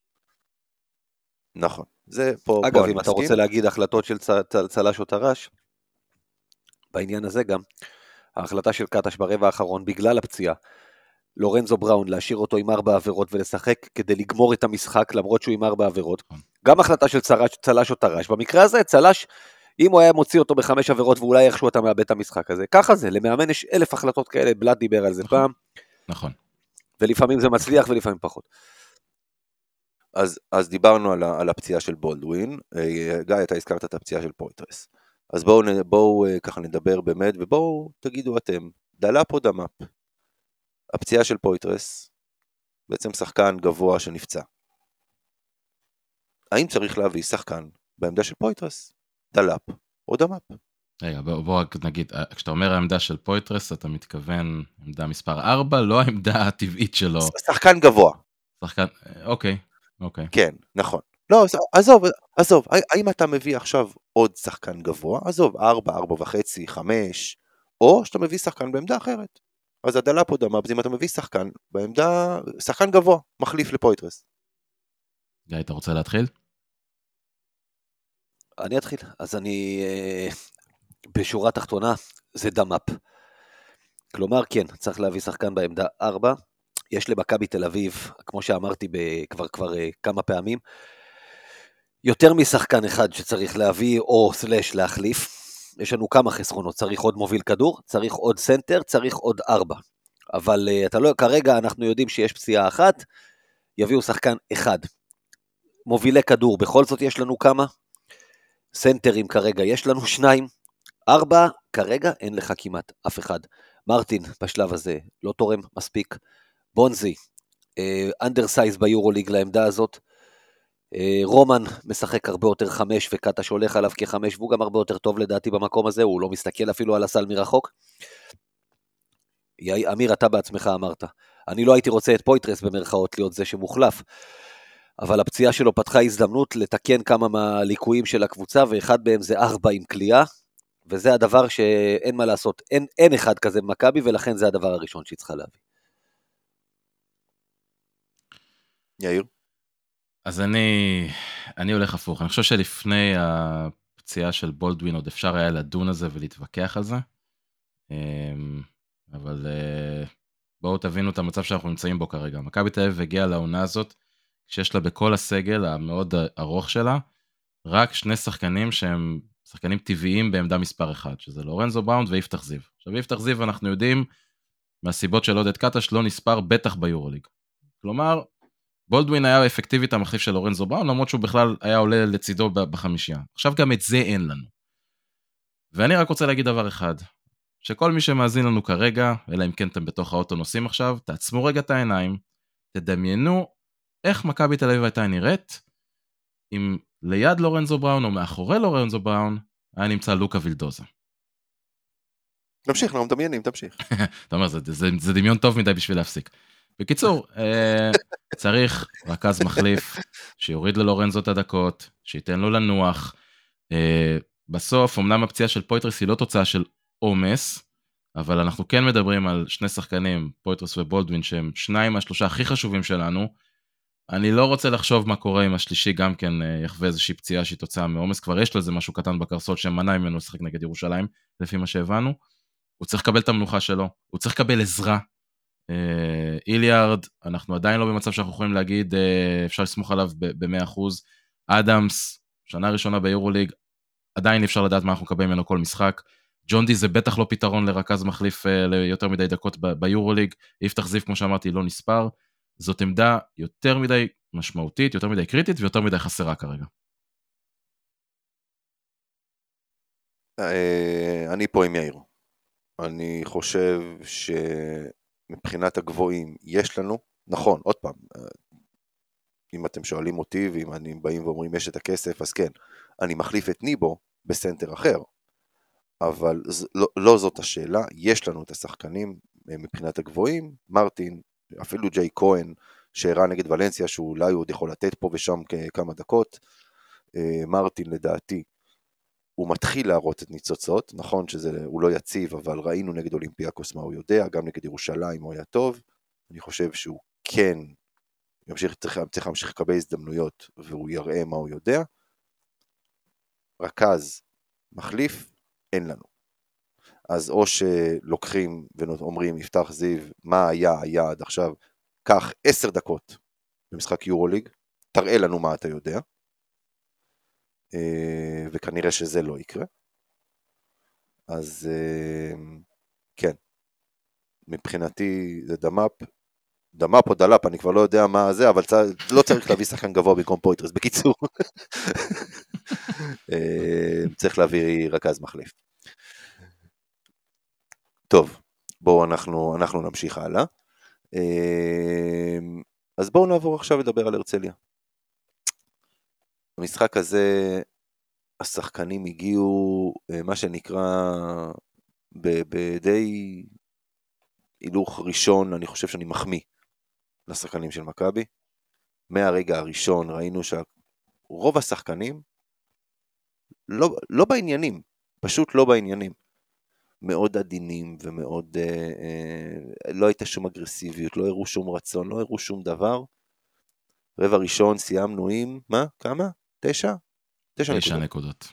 נכון. זה פה, אגב, פה אם אתה רוצה להגיד החלטות של צ, צ, צלש או טרש, בעניין הזה גם, ההחלטה של קטש ברבע האחרון, בגלל הפציעה, לורנזו בראון, להשאיר אותו עם ארבע עבירות ולשחק, כדי לגמור את המשחק, למרות שהוא עם ארבע עבירות. גם החלטה של צלש, צלש או טרש. במקרה הזה, צלש, אם הוא היה מוציא אותו בחמש עבירות, ואולי איכשהו אתה מאבד את המשחק הזה. ככה זה, למאמן יש אלף החלטות כאלה, בלאט דיבר על זה נכון, פעם. נכון. ולפעמים זה מצליח ולפעמים פחות. אז, אז דיברנו על, ה, על הפציעה של בולדווין, גיא, אתה הזכרת את הפציעה של פויטרס. אז בואו, בואו ככה נדבר באמת, ובואו תגידו אתם, דלאפ או דמאפ? הפציעה של פויטרס, בעצם שחקן גבוה שנפצע. האם צריך להביא שחקן בעמדה של פויטרס? דלאפ או דמאפ? רגע, בוא, בוא נגיד, כשאתה אומר העמדה של פויטרס, אתה מתכוון עמדה מספר ארבע, לא העמדה הטבעית שלו. שחקן גבוה. שחקן, אוקיי, אוקיי. כן, נכון. לא, עזוב, עזוב, האם אתה מביא עכשיו עוד שחקן גבוה? עזוב, ארבע, ארבע וחצי, חמש, או שאתה מביא שחקן בעמדה אחרת. אז הדלאפ או דמאפ, אם אתה מביא שחקן בעמדה, שחקן גבוה, מחליף לפויטרס. גיא, אתה רוצה להתחיל? אני אתחיל. אז אני, בשורה תחתונה, זה דמאפ. כלומר, כן, צריך להביא שחקן בעמדה ארבע. יש למכבי תל אביב, כמו שאמרתי כבר, כבר כמה פעמים, יותר משחקן אחד שצריך להביא או סלש להחליף. יש לנו כמה חסרונות, צריך עוד מוביל כדור, צריך עוד סנטר, צריך עוד ארבע. אבל אתה לא, כרגע אנחנו יודעים שיש פציעה אחת, יביאו שחקן אחד. מובילי כדור, בכל זאת יש לנו כמה, סנטרים כרגע יש לנו שניים, ארבע, כרגע אין לך כמעט אף אחד. מרטין בשלב הזה לא תורם מספיק, בונזי, אנדרסייז ביורוליג לעמדה הזאת, רומן משחק הרבה יותר חמש, וקטש הולך עליו כחמש, והוא גם הרבה יותר טוב לדעתי במקום הזה, הוא לא מסתכל אפילו על הסל מרחוק. אמיר, אתה בעצמך אמרת, אני לא הייתי רוצה את פויטרס במרכאות להיות זה שמוחלף, אבל הפציעה שלו פתחה הזדמנות לתקן כמה מהליקויים של הקבוצה, ואחד מהם זה ארבע עם קליעה, וזה הדבר שאין מה לעשות, אין, אין אחד כזה במכבי, ולכן זה הדבר הראשון שהיא צריכה להביא. יאיר? אז אני, אני הולך הפוך, אני חושב שלפני הפציעה של בולדווין, עוד אפשר היה לדון על זה ולהתווכח על זה, אבל בואו תבינו את המצב שאנחנו נמצאים בו כרגע. מכבי תל אביב הגיעה לעונה הזאת, שיש לה בכל הסגל המאוד ארוך שלה, רק שני שחקנים שהם שחקנים טבעיים בעמדה מספר אחד, שזה לורנזו בראון ויפתח זיו. עכשיו יפתח זיו אנחנו יודעים, מהסיבות של עודד קטש לא נספר בטח ביורוליג. כלומר, בולדווין היה אפקטיבית המחליף של לורנזו בראון, למרות שהוא בכלל היה עולה לצידו בחמישייה. עכשיו גם את זה אין לנו. ואני רק רוצה להגיד דבר אחד, שכל מי שמאזין לנו כרגע, אלא אם כן אתם בתוך האוטו נוסעים עכשיו, תעצמו רגע את העיניים, תדמיינו איך מכבי תל אביב הייתה נראית, אם ליד לורנזו בראון או מאחורי לורנזו בראון, היה נמצא לוקה וילדוזה. תמשיך, אנחנו מדמיינים, תמשיך. אתה אומר, זה, זה, זה דמיון טוב מדי בשביל להפסיק. בקיצור, צריך רכז מחליף, שיוריד ללורנזו את הדקות, שייתן לו לנוח. בסוף, אמנם הפציעה של פויטרס היא לא תוצאה של עומס, אבל אנחנו כן מדברים על שני שחקנים, פויטרס ובולדווין, שהם שניים מהשלושה הכי חשובים שלנו. אני לא רוצה לחשוב מה קורה עם השלישי, גם כן יחווה איזושהי פציעה שהיא תוצאה מעומס, כבר יש לו איזה משהו קטן בקרסול שמנע ממנו לשחק נגד ירושלים, לפי מה שהבנו. הוא צריך לקבל את המנוחה שלו, הוא צריך לקבל עזרה. איליארד, אנחנו עדיין לא במצב שאנחנו יכולים להגיד, אפשר לסמוך עליו ב-מאה אחוז. אדמס, שנה ראשונה ביורוליג, עדיין אפשר לדעת מה אנחנו נקבל ממנו כל משחק. ג'ונדי זה בטח לא פתרון לרכז מחליף ליותר מדי דקות ביורוליג. יפתח זיו, כמו שאמרתי, לא נספר. זאת עמדה יותר מדי משמעותית, יותר מדי קריטית ויותר מדי חסרה כרגע. אני פה עם יאיר. אני חושב שמבחינת הגבוהים יש לנו, נכון, עוד פעם, אם אתם שואלים אותי ואם אני באים ואומרים יש את הכסף, אז כן, אני מחליף את ניבו בסנטר אחר, אבל לא, לא זאת השאלה, יש לנו את השחקנים מבחינת הגבוהים, מרטין, אפילו ג'יי כהן, שהראה נגד ולנסיה, שאולי הוא עוד יכול לתת פה ושם כמה דקות, מרטין לדעתי, הוא מתחיל להראות את ניצוצות, נכון שהוא לא יציב, אבל ראינו נגד אולימפיאקוס מה הוא יודע, גם נגד ירושלים הוא היה טוב, אני חושב שהוא כן, ימשיך, צריך, צריך להמשיך לקבל הזדמנויות, והוא יראה מה הוא יודע, רכז מחליף, אין לנו. אז או שלוקחים ואומרים, יפתח זיו, מה היה היעד עכשיו, קח עשר דקות במשחק יורוליג, תראה לנו מה אתה יודע, וכנראה שזה לא יקרה. אז כן, מבחינתי זה דמאפ, דמאפ או דלאפ, אני כבר לא יודע מה זה, אבל לא צריך להביא שחקן גבוה במקום פויטרס, בקיצור. צריך להביא רכז מחליף. טוב, בואו אנחנו, אנחנו נמשיך הלאה. אז בואו נעבור עכשיו לדבר על הרצליה. במשחק הזה, השחקנים הגיעו, מה שנקרא, בדי הילוך ראשון, אני חושב שאני מחמיא לשחקנים של מכבי. מהרגע הראשון ראינו שרוב השחקנים לא, לא בעניינים, פשוט לא בעניינים. מאוד עדינים ומאוד, אה, אה, לא הייתה שום אגרסיביות, לא הראו שום רצון, לא הראו שום דבר. רבע ראשון סיימנו עם, מה? כמה? תשע? תשע, תשע נקודות. נקודות.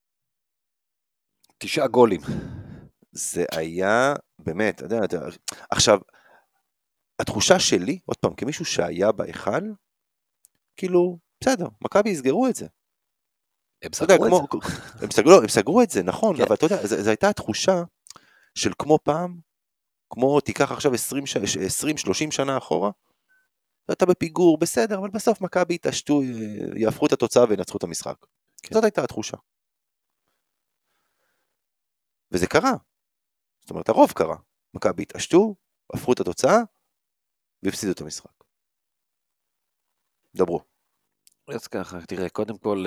תשעה גולים. זה היה, באמת, אתה יודע, אתה, עכשיו, התחושה שלי, עוד פעם, כמישהו שהיה בהיכל, כאילו, בסדר, מכבי יסגרו את זה. הם סגרו את זה. הם סגרו, הם סגרו את זה, נכון, אבל אתה יודע, זו הייתה התחושה של כמו פעם, כמו תיקח עכשיו עשרים שלושים שנה אחורה, אתה בפיגור, בסדר, אבל בסוף מכבי יתעשתו, יהפכו את התוצאה וינצחו את המשחק. זאת הייתה התחושה. וזה קרה. זאת אומרת, הרוב קרה. מכבי יתעשתו, הפכו את התוצאה, והפסידו את המשחק. דברו. אז ככה, תראה, קודם כל,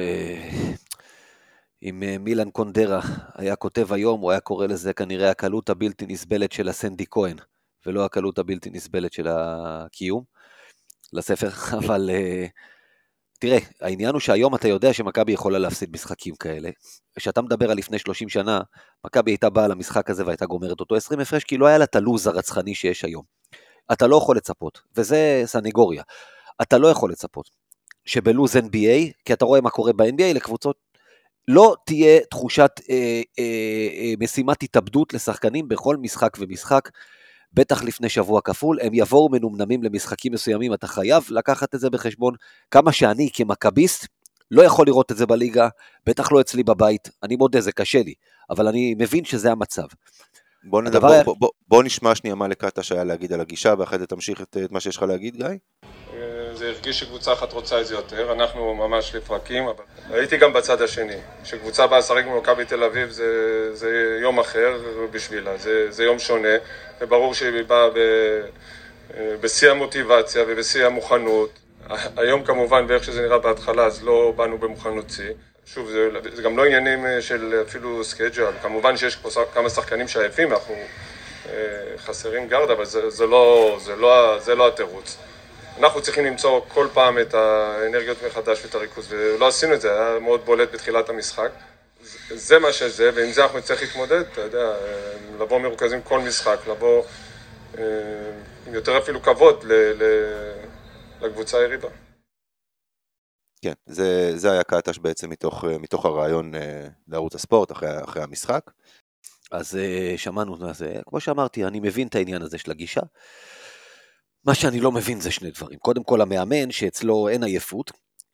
אם מילן קונדרה היה כותב היום, הוא היה קורא לזה כנראה הקלות הבלתי נסבלת של הסנדי כהן, ולא הקלות הבלתי נסבלת של הקיום, לספר, אבל תראה, העניין הוא שהיום אתה יודע שמכבי יכולה להפסיד משחקים כאלה, כשאתה מדבר על לפני שלושים שנה, מכבי הייתה באה למשחק הזה והייתה גומרת אותו עשרים הפרש, כי לא היה לה את הלוז הרצחני שיש היום. אתה לא יכול לצפות, וזה סניגוריה, אתה לא יכול לצפות. שבלוז אן בי איי, כי אתה רואה מה קורה ב-אן בי איי לקבוצות, לא תהיה תחושת אה, אה, אה, משימת התאבדות לשחקנים בכל משחק ומשחק, בטח לפני שבוע כפול, הם יבואו מנומנמים למשחקים מסוימים, אתה חייב לקחת את זה בחשבון, כמה שאני כמכביסט, לא יכול לראות את זה בליגה, בטח לא אצלי בבית, אני מודה, זה קשה לי, אבל אני מבין שזה המצב. בוא, נדבר, היה... בוא, בוא, בוא נשמע שנייה מה לקטע שהיה להגיד על הגישה, ואחרי זה תמשיך את, את מה שיש לך להגיד, גיא? זה הרגיש שקבוצה אחת רוצה את זה יותר, אנחנו ממש לפרקים, אבל הייתי גם בצד השני, שקבוצה באה לשחק במכבי תל אביב זה, זה יום אחר בשבילה, זה, זה יום שונה, וברור שהיא באה ב, בשיא המוטיבציה ובשיא המוכנות. היום כמובן, ואיך שזה נראה בהתחלה, אז לא באנו במוכנות צי. שוב, זה, זה גם לא עניינים של אפילו סקייג'ל, כמובן שיש כמה שחקנים שעייפים, אנחנו חסרים גארד, אבל זה, זה לא, זה לא, זה לא התירוץ. אנחנו צריכים למצוא כל פעם את האנרגיות מחדש ואת הריכוז, ולא עשינו את זה, היה מאוד בולט בתחילת המשחק. זה מה שזה, ועם זה אנחנו צריך להתמודד, אתה יודע, לבוא מרוכזים כל משחק, לבוא עם יותר אפילו כבוד לקבוצה היריבה. כן, זה, זה היה קטש בעצם מתוך, מתוך הרעיון לערוץ הספורט אחרי, אחרי המשחק. אז שמענו, אז, כמו שאמרתי, אני מבין את העניין הזה של הגישה. מה שאני לא מבין זה שני דברים. קודם כל, המאמן, שאצלו אין עייפות,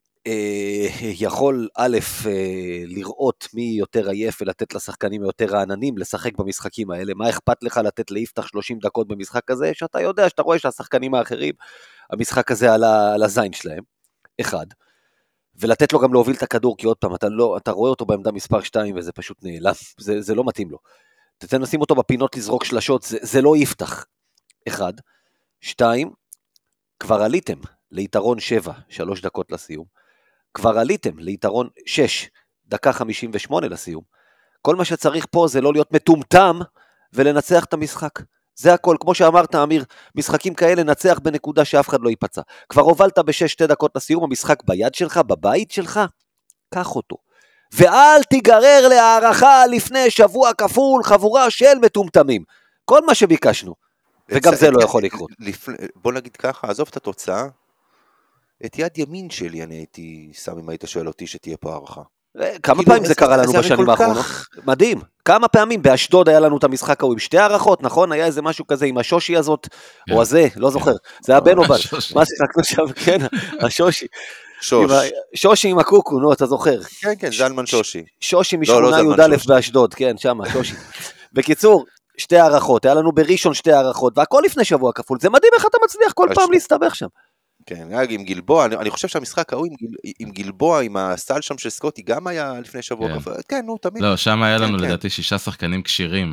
יכול א' לראות מי יותר עייף ולתת לשחקנים יותר רעננים לשחק במשחקים האלה. מה אכפת לך לתת ליפתח שלושים דקות במשחק הזה, שאתה יודע, שאתה רואה שהשחקנים האחרים, המשחק הזה על, על הזין שלהם, אחד. ולתת לו גם להוביל את הכדור, כי עוד פעם, אתה, לא, אתה רואה אותו בעמדה מספר שתיים, וזה פשוט נעלם, זה, זה לא מתאים לו. תתן לשים אותו בפינות לזרוק שלשות, זה, זה לא יפתח. אחד. שתיים, כבר עליתם ליתרון שבע, שלוש דקות לסיום. כבר עליתם ליתרון שש, דקה חמישים ושמונה לסיום. כל מה שצריך פה זה לא להיות מטומטם ולנצח את המשחק. זה הכל, כמו שאמרת אמיר, משחקים כאלה נצח בנקודה שאף אחד לא ייפצע. כבר הובלת בשש שתי דקות לסיום, המשחק ביד שלך, בבית שלך, קח אותו. ואל תיגרר להערכה לפני שבוע כפול, חבורה של מטומטמים. כל מה שביקשנו. וגם זה לא יכול לקרות. בוא נגיד ככה, עזוב את התוצאה, את יד ימין שלי אני הייתי שם אם היית שואל אותי שתהיה פה הערכה. כמה פעמים זה קרה לנו בשנים האחרונות? מדהים. כמה פעמים באשדוד היה לנו את המשחק ההוא עם שתי הערכות, נכון? היה איזה משהו כזה עם השושי הזאת, או הזה, לא זוכר. זה היה בן או בת. מה שיחקנו שם? כן, השושי. שוש. שושי עם הקוקו, נו, אתה זוכר. כן, כן, זלמן שושי. שושי משכונה י"א באשדוד, כן, שם, שושי. בקיצור, שתי הערכות, היה לנו בראשון שתי הערכות, והכל לפני שבוע כפול. זה מדהים איך אתה מצליח כל פעם להסתבך שם. כן, עם גלבוע, אני, אני חושב שהמשחק ההוא עם, עם גלבוע, עם הסל שם של סקוטי, גם היה לפני שבוע כן. כפול. כן, נו, תמיד. לא, שם היה לנו כן, לדעתי כן. שישה שחקנים כשירים.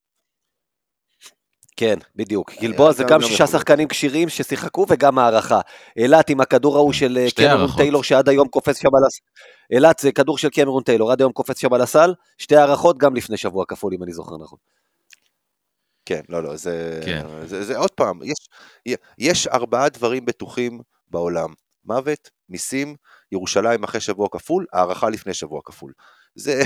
כן, בדיוק. גלבוע זה גם שישה שחקנים כשירים ששיחקו וגם הערכה. אלת עם הכדור ההוא של קמרון טיילור שעד היום קופץ שם על הסל. אלת זה כדור של קמרון טיילור, עד היום קופץ שם על הסל. שתי הערכות גם לפני שבוע כפול, אם אני זוכר נכון. כן, לא, לא, זה, כן. זה, זה עוד פעם, יש, יש ארבעה דברים בטוחים בעולם. מוות, מיסים, ירושלים אחרי שבוע כפול, הערכה לפני שבוע כפול. זה,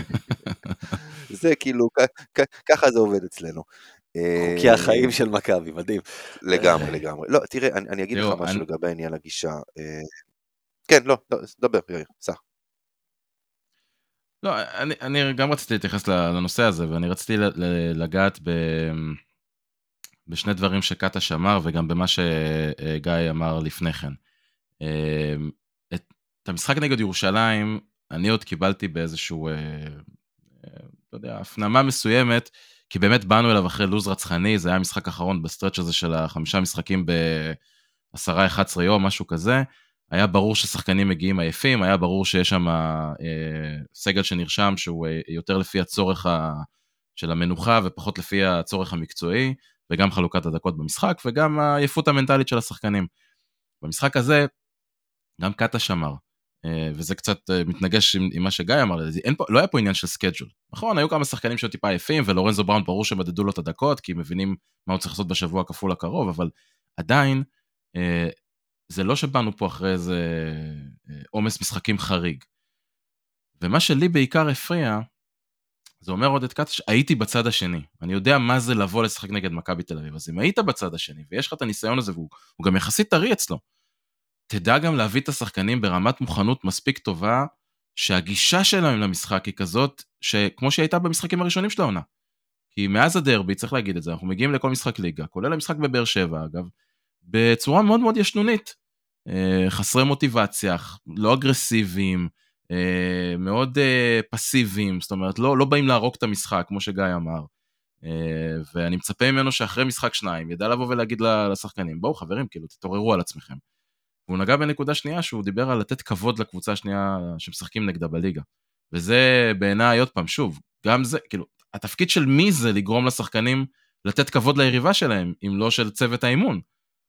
זה כאילו, ככה זה עובד אצלנו. חוקי החיים של מכבי, מדהים. לגמרי, לגמרי. לא, תראה, אני, אני אגיד לך משהו לגבי העניין הגישה. כן, לא, דבר, יאיר, סע. לא, אני, אני גם רציתי להתייחס לנושא הזה, ואני רציתי לגעת ב, בשני דברים שקטש אמר, וגם במה שגיא אמר לפני כן. את, את המשחק נגד ירושלים, אני עוד קיבלתי באיזשהו, אתה יודע, הפנמה מסוימת, כי באמת באנו אליו אחרי לוז רצחני, זה היה המשחק האחרון בסטרץ' הזה של החמישה משחקים ב-עשרה אחד עשר יום, משהו כזה, היה ברור ששחקנים מגיעים עייפים, היה ברור שיש שם אה, סגל שנרשם שהוא אה, יותר לפי הצורך ה, של המנוחה ופחות לפי הצורך המקצועי, וגם חלוקת הדקות במשחק, וגם העייפות המנטלית של השחקנים. במשחק הזה, גם קטש אמר, אה, וזה קצת אה, מתנגש עם, עם מה שגיא אמר, אין פה, לא היה פה עניין של סקייג'ול. נכון, היו כמה שחקנים שהיו טיפה עייפים, ולורנזו בראון ברור שמדדו לו את הדקות, כי מבינים מה הוא צריך לעשות בשבוע הכפול הקרוב, אבל עדיין, אה, זה לא שבאנו פה אחרי איזה עומס משחקים חריג. ומה שלי בעיקר הפריע, זה אומר עוד את קטש, הייתי בצד השני. אני יודע מה זה לבוא לשחק נגד מכבי תל אביב. אז אם היית בצד השני, ויש לך את הניסיון הזה, והוא גם יחסית טרי אצלו, תדע גם להביא את השחקנים ברמת מוכנות מספיק טובה, שהגישה שלהם למשחק היא כזאת, שכמו שהיא הייתה במשחקים הראשונים של העונה. כי מאז הדרבי, צריך להגיד את זה, אנחנו מגיעים לכל משחק ליגה, כולל המשחק בבאר שבע, אגב, בצורה מאוד מאוד ישנונית, חסרי מוטיבציה, לא אגרסיביים, מאוד פסיביים, זאת אומרת, לא, לא באים להרוג את המשחק, כמו שגיא אמר, ואני מצפה ממנו שאחרי משחק שניים, ידע לבוא ולהגיד לשחקנים, בואו חברים, כאילו, תתעוררו על עצמכם. והוא נגע בנקודה שנייה, שהוא דיבר על לתת כבוד לקבוצה השנייה שמשחקים נגדה בליגה, וזה בעיניי עוד פעם, שוב, גם זה, כאילו, התפקיד של מי זה לגרום לשחקנים לתת כבוד ליריבה שלהם, אם לא של צוות האימון.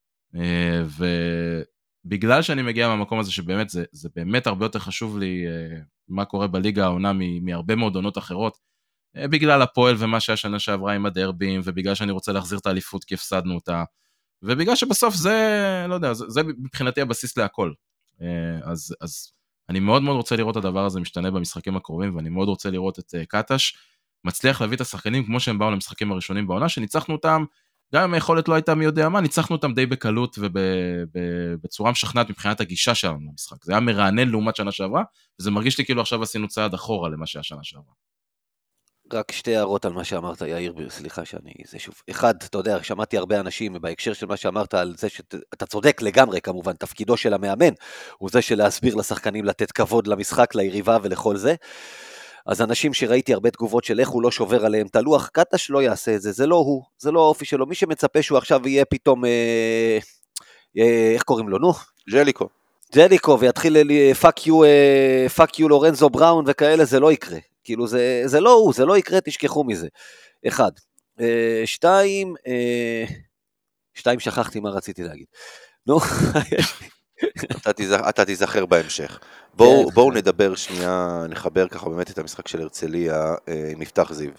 ובגלל שאני מגיע מהמקום הזה שבאמת זה, זה באמת הרבה יותר חשוב לי מה קורה בליגה העונה מהרבה מאוד עונות אחרות, בגלל הפועל ומה שהיה שנה שעברה עם הדרבים, ובגלל שאני רוצה להחזיר את האליפות כי הפסדנו אותה, ובגלל שבסוף זה, לא יודע, זה, זה מבחינתי הבסיס להכל. אז, אז אני מאוד מאוד רוצה לראות את הדבר הזה משתנה במשחקים הקרובים, ואני מאוד רוצה לראות את קטש מצליח להביא את השחקנים כמו שהם באו למשחקים הראשונים בעונה, שניצחנו אותם, גם אם היכולת לא הייתה מי יודע מה, ניצחנו אותם די בקלות ובצורה משכנעת מבחינת הגישה שלנו למשחק. זה היה מרענן לעומת שנה שעברה, וזה מרגיש לי כאילו עכשיו עשינו צעד אחורה למה שהיה שנה שעברה. רק שתי הערות על מה שאמרת, יאיר, סליחה שאני, זה שוב. אחד, אתה יודע, שמעתי הרבה אנשים בהקשר של מה שאמרת על זה שאתה צודק לגמרי, כמובן, תפקידו של המאמן, הוא זה של להסביר לשחקנים, לתת כבוד למשחק, ליריבה ולכל זה. אז אנשים שראיתי הרבה תגובות של איך הוא לא שובר עליהם את הלוח, קטש לא יעשה את זה, זה לא הוא, זה לא האופי שלו, מי שמצפה שהוא עכשיו יהיה פתאום, אה, אה, איך קוראים לו, נו? ג'ליקו. ג'ליקו, ויתחיל פאק יו, פאק יו לורנזו בראון וכאלה, זה לא יקרה. כאילו זה, זה לא הוא, זה לא יקרה, תשכחו מזה. אחד. אה, שתיים, אה, שתיים שכחתי מה רציתי להגיד. נו, אתה, תיזכ... אתה תיזכר בהמשך. בואו, בואו נדבר שנייה, נחבר ככה באמת את המשחק של הרצליה אה, עם יפתח זיו.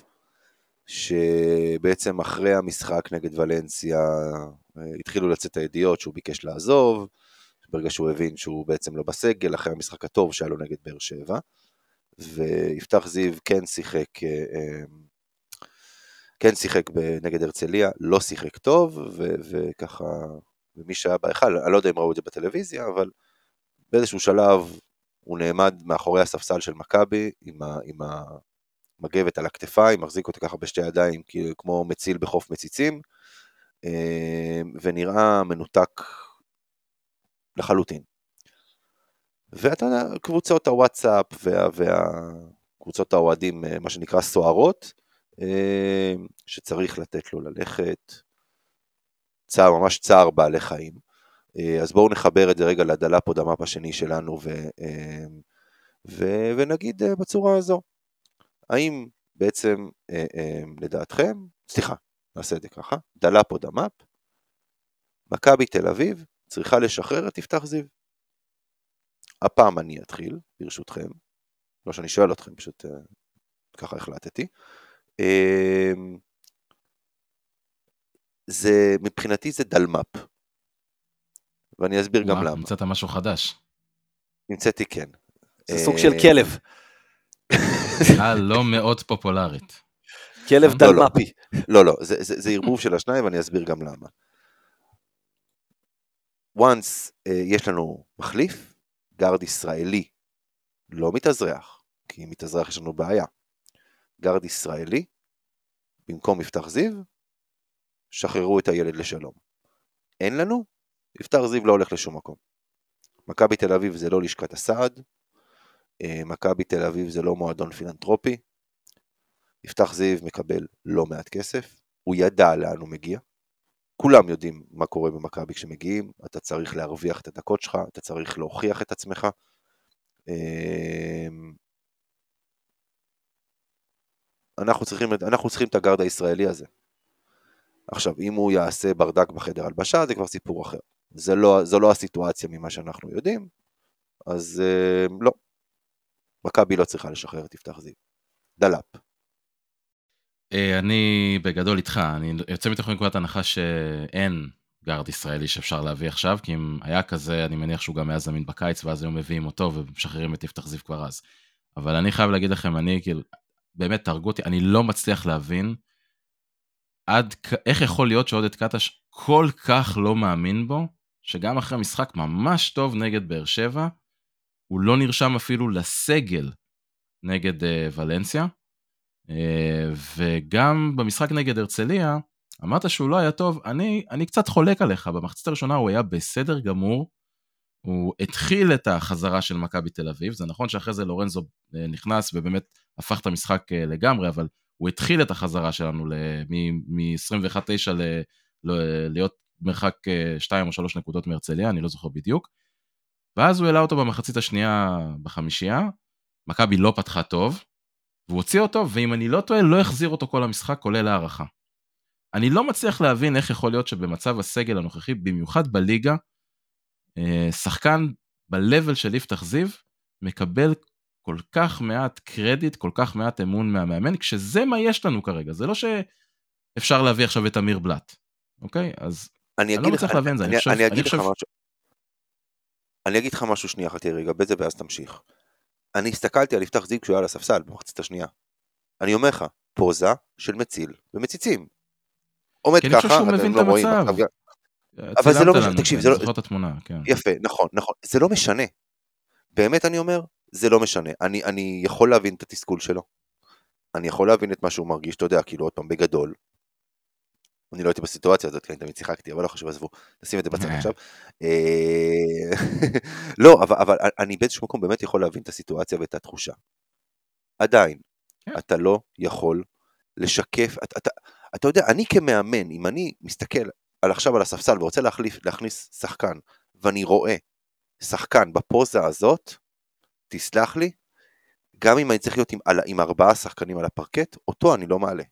שבעצם אחרי המשחק נגד ולנסיה, אה, התחילו לצאת הידיעות שהוא ביקש לעזוב, ברגע שהוא הבין שהוא בעצם לא בסגל, אחרי המשחק הטוב שהיה לו נגד באר שבע. ויפתח זיו כן שיחק, כן שיחק נגד הרצליה, לא שיחק טוב, ו- וככה, ומי שהיה בהיכל, אני לא יודע אם ראו את זה בטלוויזיה, אבל באיזשהו שלב הוא נעמד מאחורי הספסל של מכבי, עם, ה- עם המגבת על הכתפיים, מחזיק אותה ככה בשתי ידיים, כמו מציל בחוף מציצים, ונראה מנותק לחלוטין. ואתה יודע, קבוצות הוואטסאפ והקבוצות האוהדים, מה שנקרא סוערות, שצריך לתת לו ללכת, צער, ממש צער בעלי חיים. אז בואו נחבר את זה רגע לדלאפ או דמאפ השני שלנו, ו, ו, ונגיד בצורה הזו, האם בעצם לדעתכם, סליחה, נעשה את זה ככה, דלאפ או דמאפ, מכבי תל אביב צריכה לשחרר את יפתח זיו. הפעם אני אתחיל, ברשותכם, לא שאני שואל אתכם, פשוט ככה החלטתי. זה, מבחינתי זה דלמאפ, ואני אסביר גם למה. נמצאת משהו חדש. נמצאתי כן. זה סוג של כלב. אה, לא מאוד פופולרית. כלב דלמאפי. לא, לא, זה ערבוב של השניים, ואני אסביר גם למה. once יש לנו מחליף, גרד ישראלי, לא מתאזרח, כי אם מתאזרח יש לנו בעיה. גרד ישראלי, במקום יפתח זיו, שחררו את הילד לשלום. אין לנו, יפתח זיו לא הולך לשום מקום. מכבי תל אביב זה לא לשכת הסעד, מכבי תל אביב זה לא מועדון פילנטרופי, יפתח זיו מקבל לא מעט כסף, הוא ידע לאן הוא מגיע, כולם יודעים מה קורה במכבי כשמגיעים, אתה צריך להרוויח את הדקות שלך, אתה צריך להוכיח את עצמך. אנחנו צריכים, אנחנו צריכים את הגרד הישראלי הזה. עכשיו, אם הוא יעשה ברדק בחדר הלבשה, זה כבר סיפור אחר. זה לא, זו לא הסיטואציה ממה שאנחנו יודעים, אז לא. מכבי לא צריכה לשחרר את יפתח זיו. דלאפ. אני בגדול איתך, אני יוצא מתוך נקודת הנחה שאין גרד ישראלי שאפשר להביא עכשיו, כי אם היה כזה, אני מניח שהוא גם היה זמין בקיץ, ואז היו מביאים אותו ומשחררים את יפתח זיו כבר אז. אבל אני חייב להגיד לכם, אני כאילו, באמת תרגו אותי, אני לא מצליח להבין עד, איך יכול להיות שעודד קטש כל כך לא מאמין בו, שגם אחרי משחק ממש טוב נגד באר שבע, הוא לא נרשם אפילו לסגל נגד uh, ולנסיה, uh, וגם במשחק נגד הרצליה, אמרת שהוא לא היה טוב, אני, אני קצת חולק עליך, במחצית הראשונה הוא היה בסדר גמור, הוא התחיל את החזרה של מכבי תל אביב, זה נכון שאחרי זה לורנזו נכנס ובאמת הפך את המשחק לגמרי, אבל הוא התחיל את החזרה שלנו מ-עשרים ואחת תשע ל- ל- להיות מרחק שתיים או שלוש נקודות מהרצליה, אני לא זוכר בדיוק, ואז הוא העלה אותו במחצית השנייה בחמישייה, מכבי לא פתחה טוב, והוא הוציא אותו, ואם אני לא טועה, לא החזיר אותו כל המשחק, כולל הערכה. אני לא מצליח להבין איך יכול להיות שבמצב הסגל הנוכחי, במיוחד בליגה, שחקן בלבל של יפתח זיו, מקבל כל כך מעט קרדיט, כל כך מעט אמון מהמאמן, כשזה מה יש לנו כרגע, זה לא שאפשר להביא עכשיו את אמיר בלט, אוקיי? אז אני, אני לא מצליח להבין זה, אני חושב... אני אגיד לך משהו, אני אגיד לך משהו שנייה, חכה רגע, בזה ואז תמשיך. אני הסתכלתי על יפתח זיו כשהוא היה על הספסל, במחצית השנייה. אני אומר לך, פוזה של מציל ומציצים. עומד ככה, אתם לא רואים. אבל זה לא משנה, תקשיב, זה לא... יפה, נכון, נכון, זה לא משנה. באמת אני אומר, זה לא משנה. אני, אני יכול להבין את התסכול שלו. אני יכול להבין את מה שהוא מרגיש, אתה יודע, כאילו עוד פעם בגדול. אני לא הייתי בסיטואציה הזאת, כי אני תמיד שיחקתי, אבל לא חשוב, עזבו, נשים את זה בצד עכשיו. לא, אבל אני באיזשהו מקום באמת יכול להבין את הסיטואציה ואת התחושה. עדיין, אתה לא יכול לשקף, אתה יודע, אני כמאמן, אם אני מסתכל על עכשיו על הספסל ורוצה להכניס שחקן, ואני רואה שחקן בפוזה הזאת, תסלח לי, גם אם אני צריך להיות עם, עם ארבעה שחקנים על הפרקט, אותו אני לא מעלה.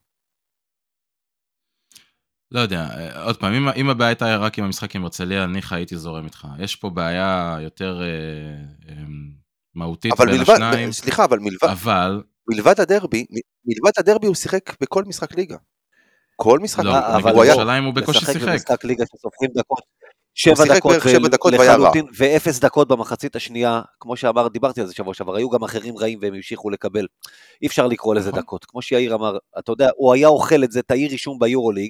לא יודע, עוד פעם, אם, אם הבעיה הייתה רק עם המשחק עם הרצליה, אני הייתי זורם איתך. יש פה בעיה יותר אה, אה, מהותית בין מלבד, השניים. סליחה, אבל מלבד, אבל... מלבד הדרבי, מלבד הדרבי הוא שיחק בכל משחק ליגה. כל משחק לא, ליגה. אבל בירושלים הוא בקושי שיחק. לשחק במשחק ליגה שסופרים דקות. שבע דקות, דקות לחלוטין, ואפס דקות במחצית השנייה, כמו שאמר, דיברתי על זה שבוע שעבר, היו גם אחרים רעים והם המשיכו לקבל, אי אפשר לקרוא לזה דקות, כמו שיאיר אמר, אתה יודע, הוא היה אוכל את זה, תאי רישום ביורוליג,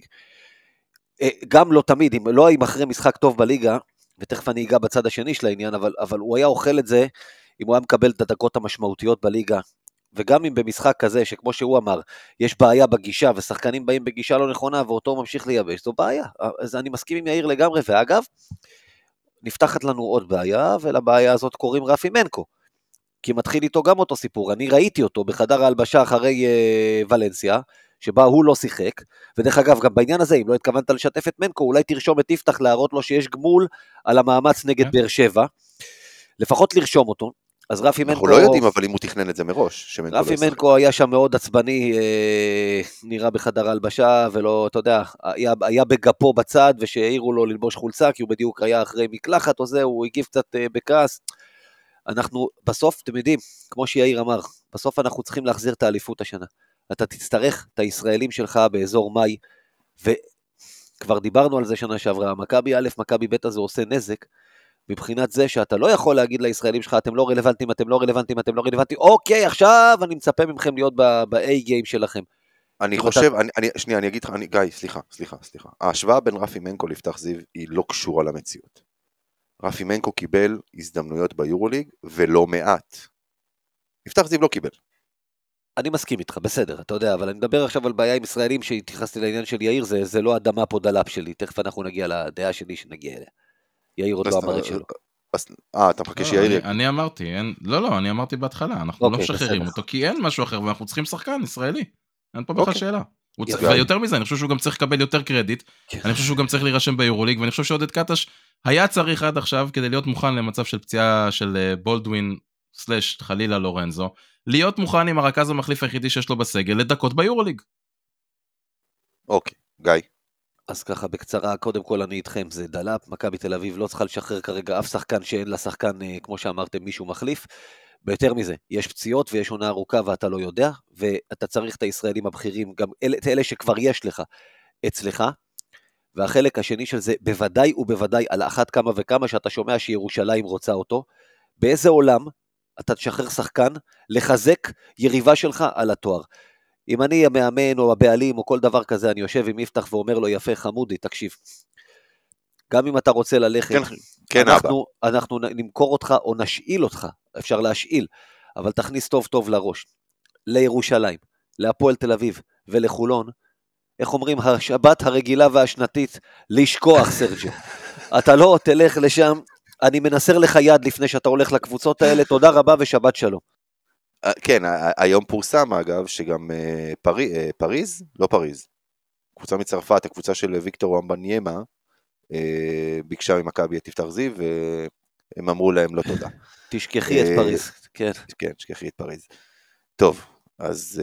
גם לא תמיד, אם לא היה אחרי משחק טוב בליגה, ותכף אני אגע בצד השני של העניין, אבל, אבל הוא היה אוכל את זה, אם הוא היה מקבל את הדקות המשמעותיות בליגה, וגם אם במשחק כזה, שכמו שהוא אמר, יש בעיה בגישה, ושחקנים באים בגישה לא נכונה, ואותו ממשיך לייבש, זו בעיה. אז אני מסכים עם יאיר לגמרי, ואגב, נפתחת לנו עוד בעיה, ולבעיה הזאת קוראים רפי מנקו, כי מתחיל איתו גם אותו סיפור, אני ראיתי אותו בחדר ההלבשה אחרי uh, ולנסיה, שבה הוא לא שיחק, ודרך אגב, גם בעניין הזה, אם לא התכוונת לשתף את מנקו, אולי תרשום את יפתח להראות לו שיש גמול על המאמץ נגד באר שבע, לפחות לרשום אותו, אז רפי מנקו... אנחנו לא יודעים, אבל אם הוא תכנן את זה מראש, רפי מנקו היה שם מאוד עצבני, אה, נראה בחדר ההלבשה, ולא, אתה יודע, היה, היה בגפו בצד, ושהעירו לו ללבוש חולצה, כי הוא בדיוק היה אחרי מקלחת או זה, הוא הגיב קצת אה, בכעס. אנחנו, בסוף, אתם יודעים, כמו שיאיר אמר, בסוף אנחנו צריכים להחזיר את האליפות השנה. אתה תצטרך את הישראלים שלך באזור מאי, וכבר דיברנו על זה שנה שעברה, מכבי א', מכבי ב' הזה עושה נזק, מבחינת זה שאתה לא יכול להגיד לישראלים שלך, אתם לא רלוונטיים, אתם לא רלוונטיים, אתם לא רלוונטיים, אוקיי, עכשיו אני מצפה מכם להיות ב-A גיים שלכם. אני חושב, אני, אני, שנייה, אני אגיד לך, אני, גיא, סליחה, סליחה, סליחה. ההשוואה בין רפי מנקו ליפתח זיו היא לא קשורה למציאות. רפי מנקו קיבל הזדמנויות ביורוליג, ולא מעט. יפתח זיו לא קיבל. אני מסכים איתך, בסדר, אתה יודע, אבל אני מדבר עכשיו על בעיה עם ישראלים שהתייחסתי לעניין של יאיר, זה, זה לא אדמה פה דלאפ שלי, תכף אנחנו נגיע לדעה שלי שנגיע אליה. יאיר עוד לא אמר את שלו. אה, אתה מחכה שיאיר... אני אמרתי, לא, לא, אני אמרתי בהתחלה, אנחנו לא משחררים אותו, כי אין משהו אחר, ואנחנו צריכים שחקן ישראלי. אין פה בכלל שאלה. ויותר מזה, אני חושב שהוא גם צריך לקבל יותר קרדיט, אני חושב שהוא גם צריך להירשם ביורוליג, ואני חושב שעודד קטש היה צריך עד עכשיו, כדי להיות מוכן למצב של פציעה של בולדווין, סלש חלילה לורנזו, להיות מוכן עם הרכז המחליף היחידי שיש לו בסגל, לדקות ביורוליג. אוקיי, גיא. אז ככה בקצרה, קודם כל אני איתכם, זה דלאפ, מכבי תל אביב לא צריכה לשחרר כרגע אף שחקן שאין לה שחקן, כמו שאמרתם, מישהו מחליף. ביותר מזה, יש פציעות ויש עונה ארוכה ואתה לא יודע, ואתה צריך את הישראלים הבכירים, גם אלה, אלה שכבר יש לך אצלך, והחלק השני של זה, בוודאי ובוודאי על אחת כמה וכמה שאתה שומע שירושלים רוצה אותו, באיזה עולם אתה תשחרר שחקן לחזק יריבה שלך על התואר. אם אני המאמן או הבעלים או כל דבר כזה, אני יושב עם יפתח ואומר לו, יפה חמודי, תקשיב. גם אם אתה רוצה ללכת, כן, כן, אנחנו, אנחנו נמכור אותך או נשאיל אותך, אפשר להשאיל, אבל תכניס טוב טוב לראש. לירושלים, להפועל תל אביב ולחולון, איך אומרים, השבת הרגילה והשנתית, לשכוח סרג'י. אתה לא תלך לשם, אני מנסר לך יד לפני שאתה הולך לקבוצות האלה, תודה רבה ושבת שלום. כן, היום פורסם אגב, שגם פרי, פריז, לא פריז, קבוצה מצרפת, הקבוצה של ויקטור ומבניימה, ביקשה ממכבי את יפתח זיו, והם אמרו להם לא תודה. תשכחי את פריז, כן. כן, תשכחי את פריז. טוב, אז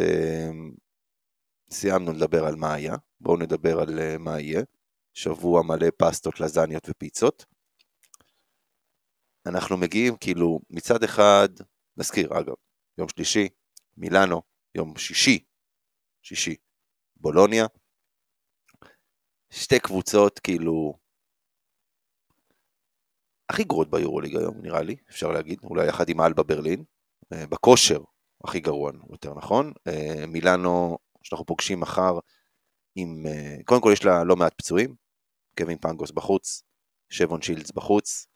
סיימנו לדבר על מה היה, בואו נדבר על מה יהיה. שבוע מלא פסטות, לזניות ופיצות. אנחנו מגיעים כאילו מצד אחד, נזכיר אגב, יום שלישי, מילאנו, יום שישי, שישי, בולוניה, שתי קבוצות כאילו הכי גרועות ביורוליג היום, נראה לי, אפשר להגיד, אולי יחד עם אלבה ברלין, בכושר הכי גרוע, יותר נכון, מילאנו, שאנחנו פוגשים מחר, עם, קודם כל יש לה לא מעט פצועים, קווין פנגוס בחוץ, שבון שילדס בחוץ,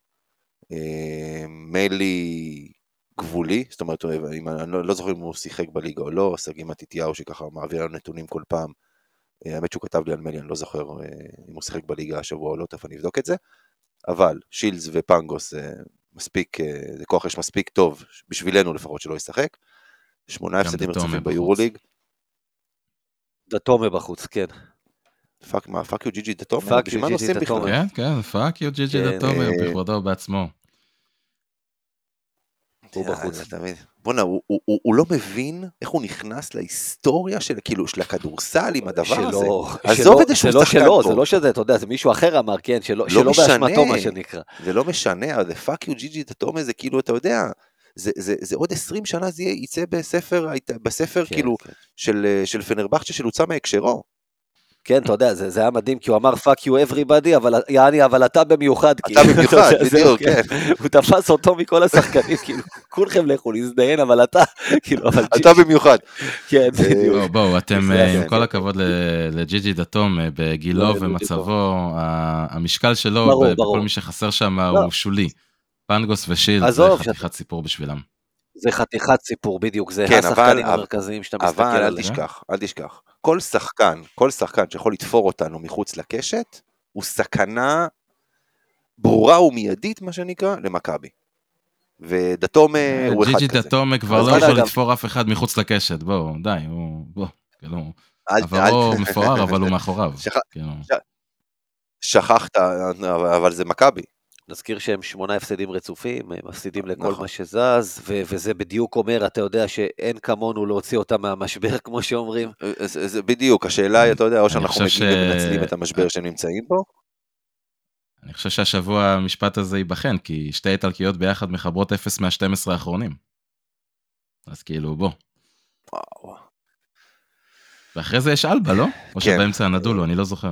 מלי גבולי, זאת אומרת, אם, אני לא, לא זוכר אם הוא שיחק בליגה או לא, סגי מתתיהו שככה מעביר לנו נתונים כל פעם, האמת שהוא כתב לי על מלי, אני לא זוכר אם הוא שיחק בליגה השבוע או לא, תכף אני אבדוק את זה, אבל שילדס ופנגוס מספיק, זה כוח יש מספיק טוב, בשבילנו לפחות שלא ישחק, שמונה הפסדים רצופים ביורוליג. דתומה בחוץ, כן. פאק מה, פאק יו ג'י ג'י דתומה? פאק יו ג'י ג'י דתומה. כן, כן, פאק יו ג'י ג'י דתומה, הוא בכבודו בעצמו. הוא בחוץ. בונה, הוא לא מבין איך הוא נכנס להיסטוריה של, כאילו, של הכדורסל עם הדבר הזה. עזוב את זה שהוא שחקן פה. זה לא שזה, אתה יודע, זה מישהו אחר אמר, כן, שלא באשמתו מה שנקרא. זה לא משנה, זה פאק יו ג'י ג'י דתומה, זה כאילו, אתה יודע, זה עוד עשרים שנה זה ייצא בספר, בספר כאילו, של פנרבחצ'ה של הוצא מהקשרו. כן, אתה יודע, זה היה מדהים, כי הוא אמר fuck you everybody, אבל יעני, אבל אתה במיוחד. אתה במיוחד, בדיוק, כן. הוא תפס אותו מכל השחקנים, כאילו, כולכם לכו להזדיין, אבל אתה, כאילו, אבל... אתה במיוחד. כן, בדיוק. בואו, אתם, עם כל הכבוד לג'י-ג'י דתום, בגילו ומצבו, המשקל שלו, בכל מי שחסר שם, הוא שולי. פנגוס ושילד, זה חתיכת סיפור בשבילם. זה חתיכת סיפור, בדיוק, זה השחקנים המרכזיים שאתה מסתכל עליהם. אבל אל תשכח, אל תשכח. כל שחקן, כל שחקן שיכול לתפור אותנו מחוץ לקשת, הוא סכנה ברורה ומיידית, מה שנקרא, למכבי. ודתומה הוא אחד כזה. ג'י-ג'י דתומה כבר לא יכול לתפור אף אחד מחוץ לקשת, בואו, די, בואו, כאילו, עברו מפואר, אבל הוא מאחוריו. שכחת, אבל זה מכבי. נזכיר שהם שמונה הפסדים רצופים, הם מפסידים לכל מה שזז, וזה בדיוק אומר, אתה יודע שאין כמונו להוציא אותם מהמשבר, כמו שאומרים. זה בדיוק, השאלה היא, אתה יודע, או שאנחנו מנצלים את המשבר שהם נמצאים פה? אני חושב שהשבוע המשפט הזה ייבחן, כי שתי איטלקיות ביחד מחברות אפס מה-שתים עשרה האחרונים. אז כאילו, בוא. וואו. ואחרי זה יש אלבה, לא? או שבאמצע הנדולו, אני לא זוכר.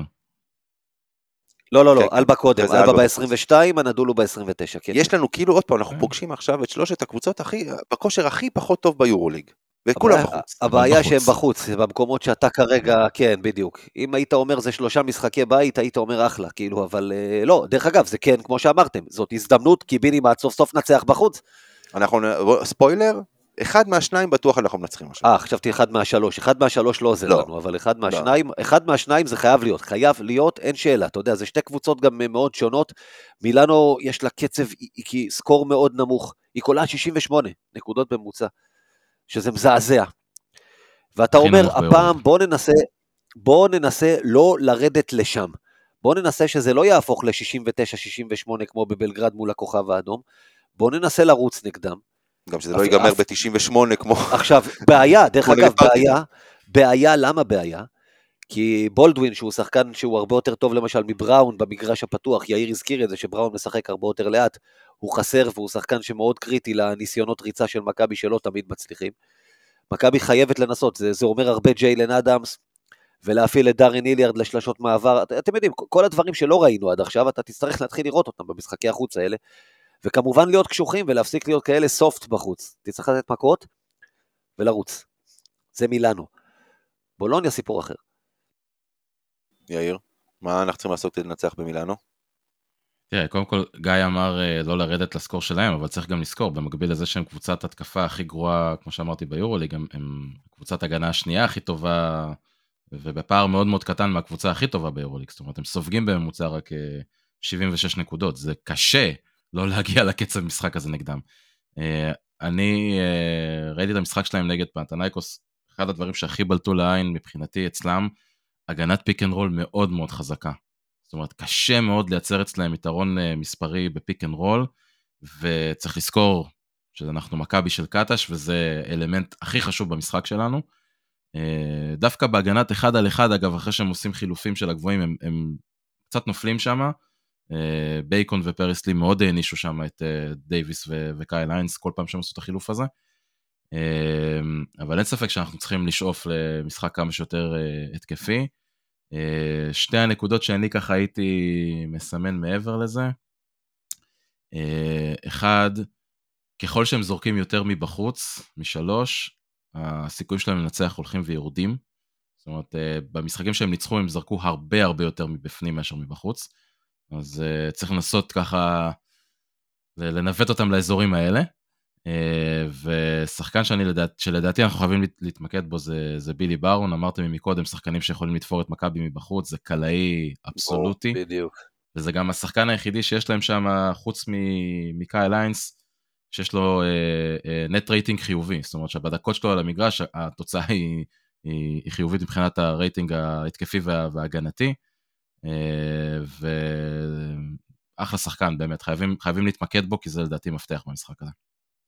לא, לא, לא, אלבה קודם, אלבה ב-עשרים ושתיים, הנדולו ב-עשרים ותשע. יש לנו כאילו, עוד פעם, אנחנו פוגשים עכשיו את שלושת הקבוצות בכושר הכי פחות טוב ביורוליג, וכולם בחוץ. הבעיה שהם בחוץ, במקומות שאתה כרגע, כן, בדיוק. אם היית אומר זה שלושה משחקי בית, היית אומר אחלה, כאילו, אבל לא, דרך אגב, זה כן, כמו שאמרתם, זאת הזדמנות, כי בינימט סוף סוף נצח בחוץ. אנחנו, ספוילר, אחד מהשניים בטוח אנחנו מנצחים עכשיו. אה, חשבתי אחד מהשלוש, אחד מהשלוש לא עוזר לנו, אבל אחד מהשניים, אחד מהשניים זה חייב להיות, חייב להיות, אין שאלה, אתה יודע, זה שתי קבוצות גם מאוד שונות, מילאנו יש לה קצב, כי סקור מאוד נמוך, היא קולה שישים ושמונה נקודות בממוצע, שזה מזעזע, ואתה אומר, הפעם בוא ננסה, בוא ננסה לא לרדת לשם, בוא ננסה שזה לא יהפוך ל-שישים ותשע שישים ושמונה כמו בבלגרד מול הכוכב האדום, בוא ננסה לרוץ נגדם, גם שזה לא ייגמר ב-תשעים ושמונה כמו... עכשיו, בעיה, דרך אגב, בעיה, בעיה, למה בעיה? כי בולדווין, שהוא שחקן שהוא הרבה יותר טוב למשל מבראון במגרש הפתוח, יאיר הזכיר את זה שבראון משחק הרבה יותר לאט, הוא חסר והוא שחקן שמאוד קריטי לניסיונות ריצה של מכבי שלא תמיד מצליחים. מכבי חייבת לנסות, זה, זה אומר הרבה ג'יילן אדמס, ולהפעיל את דארן היליארד לשלשות מעבר, את, אתם יודעים, כל הדברים שלא ראינו עד עכשיו, אתה תצטרך להתחיל לראות אותם במשחקי החוץ האלה, וכמובן להיות קשוחים ולהפסיק להיות כאלה סופט בחוץ. תצטרך לתת מכות ולרוץ. זה מילאנו. בולוניה סיפור אחר. יאיר, מה אנחנו צריכים לעשות כדי לנצח במילאנו? תראה, קודם כל גיא אמר לא לרדת לסקור שלהם, אבל צריך גם לזכור, במקביל לזה שהם קבוצת התקפה הכי גרועה, כמו שאמרתי ביורוליג, הם, הם קבוצת הגנה השנייה הכי טובה, ובפער מאוד מאוד קטן מהקבוצה הכי טובה ביורוליג. זאת אומרת, הם סופגים בממוצע רק שבעים ושש נקודות. זה קשה לא להגיע לקצב משחק הזה נגדם. אני ראיתי את המשחק שלהם נגד פנתנייקוס, אחד הדברים שהכי בלטו לעין מבחינתי אצלם, הגנת פיק אנד רול מאוד מאוד חזקה. זאת אומרת, קשה מאוד לייצר אצלהם יתרון מספרי בפיק אנד רול, וצריך לזכור שאנחנו מכבי של קטש, וזה אלמנט הכי חשוב במשחק שלנו. דווקא בהגנת אחד על אחד, אגב, אחרי שהם עושים חילופים של הגבוהים, הם, הם קצת נופלים שם, בייקון ופריסלי מאוד הענישו שם את דייביס וקייל איינס, כל פעם שהם עשו את החילוף הזה. אבל אין ספק שאנחנו צריכים לשאוף למשחק כמה שיותר התקפי. שתי הנקודות שאני ככה הייתי מסמן מעבר לזה, אחד, ככל שהם זורקים יותר מבחוץ, משלוש, הסיכויים שלהם לנצח הולכים ויורדים. זאת אומרת, במשחקים שהם ניצחו, הם זרקו הרבה הרבה יותר מבפנים מאשר מבחוץ. אז צריך לנסות ככה לנווט אותם לאזורים האלה. ושחקן שאני לדעת, שלדעתי אנחנו חייבים להתמקד בו, זה, זה בילי ברון. אמרתם מקודם, שחקנים שיכולים לתפור את מכבי מבחוץ, זה קלעי אבסולוטי. בדיוק. וזה גם השחקן היחידי שיש להם שם, חוץ מקייל איינס, שיש לו נט רייטינג חיובי. זאת אומרת שבדקות שלו על המגרש, התוצאה היא, היא, היא חיובית מבחינת הרייטינג ההתקפי וה, וההגנתי. ואחלה שחקן באמת, חייבים, חייבים להתמקד בו, כי זה לדעתי מפתח במשחק הזה.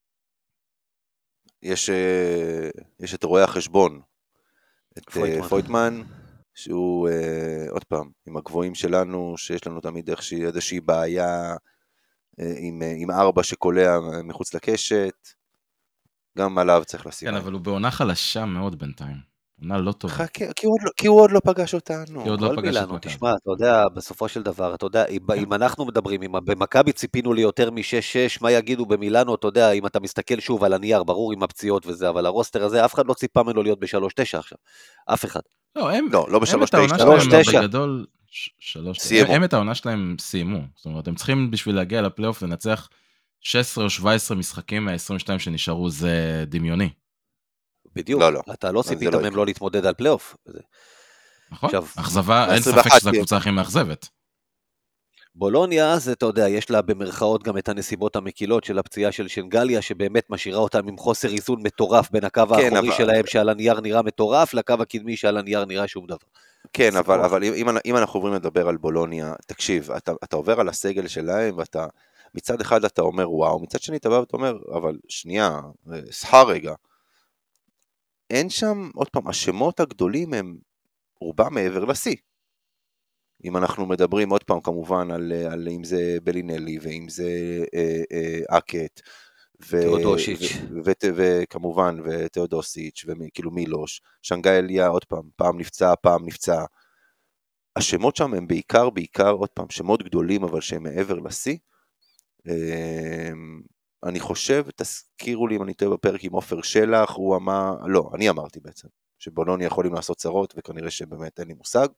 יש, יש את רואי החשבון, את פויטמן. פויטמן, שהוא עוד פעם, עם הגבוהים שלנו, שיש לנו תמיד איזושהי, איזושהי בעיה עם, עם ארבע שקולע מחוץ לקשת, גם עליו צריך לשים. כן, אבל הוא בעונה חלשה מאוד בינתיים. עונה לא טובה. כי, כי, הוא, כי הוא עוד לא פגש אותנו. כי עוד לא פגש אותנו. תשמע, אתה יודע, בסופו של דבר, אתה יודע, אם אנחנו מדברים, אם במכבי ציפינו לי יותר מ-שש שש, מה יגידו במילאנו, אתה יודע, אם אתה מסתכל שוב על הנייר, ברור עם הפציעות וזה, אבל הרוסטר הזה, אף אחד לא ציפה ממנו להיות ב-שלוש תשע עכשיו. אף אחד. לא, הם, לא, לא ב-שלוש תשע. שלוש תשע. בגדול, שלוש תשע. סיימו. הם את העונה שלהם סיימו. זאת אומרת, הם צריכים בשביל להגיע לפלייאוף לנצח שש עשרה או שבע עשרה משחקים מה-עשרים ושתיים שנשארו, זה דמיוני. בדיוק, לא, לא. אתה לא ציפית לא מהם לא להתמודד על פלייאוף. נכון, עכשיו, אכזבה, אין ספק שזו הקבוצה הכי מאכזבת. בולוניה, זה אתה יודע, יש לה במרכאות גם את הנסיבות המקילות של הפציעה של שנגליה, שבאמת משאירה אותם עם חוסר איזון מטורף בין הקו כן, האחורי אבל... שלהם, שעל הנייר נראה מטורף, לקו הקדמי שעל הנייר נראה שום דבר. כן, אבל, אבל אם, אם אנחנו עוברים לדבר על בולוניה, תקשיב, אתה, אתה עובר על הסגל שלהם, ואתה, מצד אחד אתה אומר וואו, מצד שני אתה בא ואתה אומר, אבל שנייה, סחר רגע, אין שם, עוד פעם, השמות הגדולים הם רובם מעבר לשיא. אם אנחנו מדברים עוד פעם כמובן על, על אם זה בלינלי ואם זה אה, אה, אקט ו- תאודושיץ' ו- ו- וכמובן ותאודוסיץ' וכאילו מילוש, שנגאי אליה עוד פעם, פעם נפצע, פעם נפצע. השמות שם הם בעיקר, בעיקר עוד פעם, שמות גדולים אבל שהם מעבר לשיא. אה, אני חושב, תזכירו לי אם אני טועה בפרק עם עופר שלח, הוא אמר, לא, אני אמרתי בעצם, שבולוניה יכולים לעשות צרות וכנראה שבאמת אין לי מושג.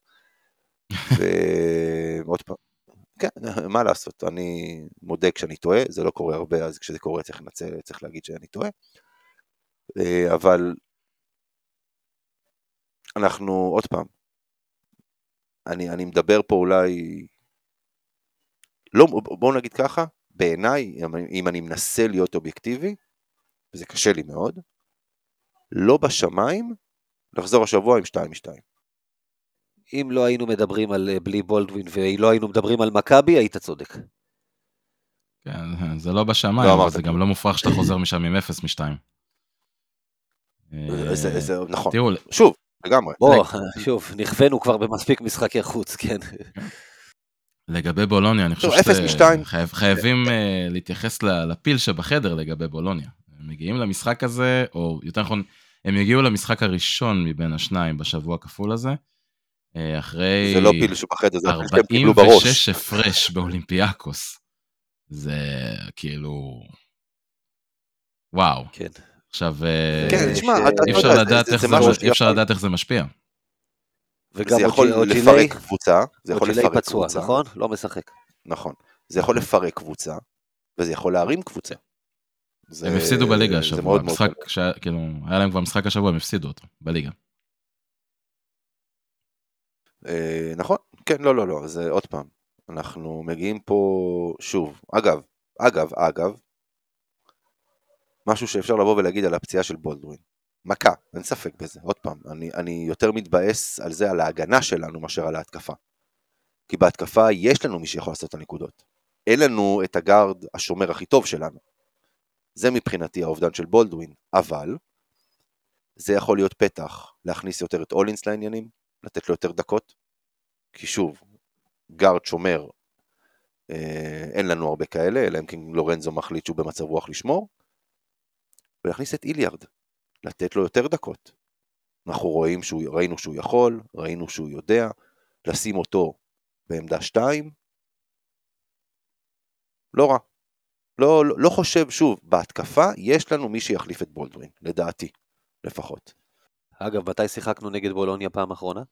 ועוד פעם, כן, מה לעשות, אני מודה כשאני טועה, זה לא קורה הרבה, אז כשזה קורה צריך לנצל, צריך להגיד שאני טועה, אבל אנחנו, עוד פעם, אני, אני מדבר פה אולי, לא, בואו נגיד ככה, בעיניי, אם אני מנסה להיות אובייקטיבי, וזה קשה לי מאוד, לא בשמיים, לחזור השבוע עם שתיים משתיים. אם לא היינו מדברים על בלי בולדווין, ולא היינו מדברים על מכבי, היית צודק. כן, זה לא בשמיים, לא אבל זה גם לא מופרך שאתה חוזר משם עם אפס משתיים. זה, זה, נכון. תראו, שוב, לגמרי. בוא, שוב, נכוונו כבר במספיק משחקי חוץ, כן. לגבי בולוניה, אני חושב שחייבים להתייחס לפיל שבחדר לגבי בולוניה. הם מגיעים למשחק הזה, או יותר נכון, הם יגיעו למשחק הראשון מבין השניים בשבוע הכפול הזה, אחרי זה לא פיל שבחדר, זה ארבעים ושש הפרש באולימפיאקוס. זה כאילו וואו. כן. עכשיו כן, תשמע, אי אפשר לדעת איך זה משפיע. וגם זה יכול לפרק קבוצה, זה יכול לפרק קבוצה, נכון? לא משחק. נכון. זה יכול לפרק קבוצה, וזה יכול להרים קבוצה. הם הפסידו בליגה השבוע, כאילו, היה להם כבר משחק השבוע, הם הפסידו אותו בליגה. נכון, כן, לא, לא, לא, זה עוד פעם, אנחנו מגיעים פה שוב, אגב, אגב, אגב, משהו שאפשר לבוא ולהגיד על הפציעה של בולדווין, מכה, אין ספק בזה, עוד פעם, אני, אני יותר מתבאס על זה, על ההגנה שלנו, מאשר על ההתקפה, כי בהתקפה יש לנו מי שיכול לעשות את הנקודות, אין לנו את הגארד השומר הכי טוב שלנו, זה מבחינתי האובדן של בולדווין, אבל, זה יכול להיות פתח, להכניס יותר את אולינס לעניינים, לתת לו יותר דקות, כי שוב, גארד שומר, אה, אין לנו הרבה כאלה, אלא אם כן לורנזו מחליט שהוא במצב רוח לשמור, ולהכניס את איליארד, לתת לו יותר דקות. אנחנו רואים שהוא, ראינו שהוא יכול, ראינו שהוא יודע, לשים אותו בעמדה שתיים, לא רע. לא, לא, לא חושב, שוב, בהתקפה יש לנו מי שיחליף את בולדווין, לדעתי, לפחות. אגב, מתי שיחקנו נגד בולוניה פעם אחרונה?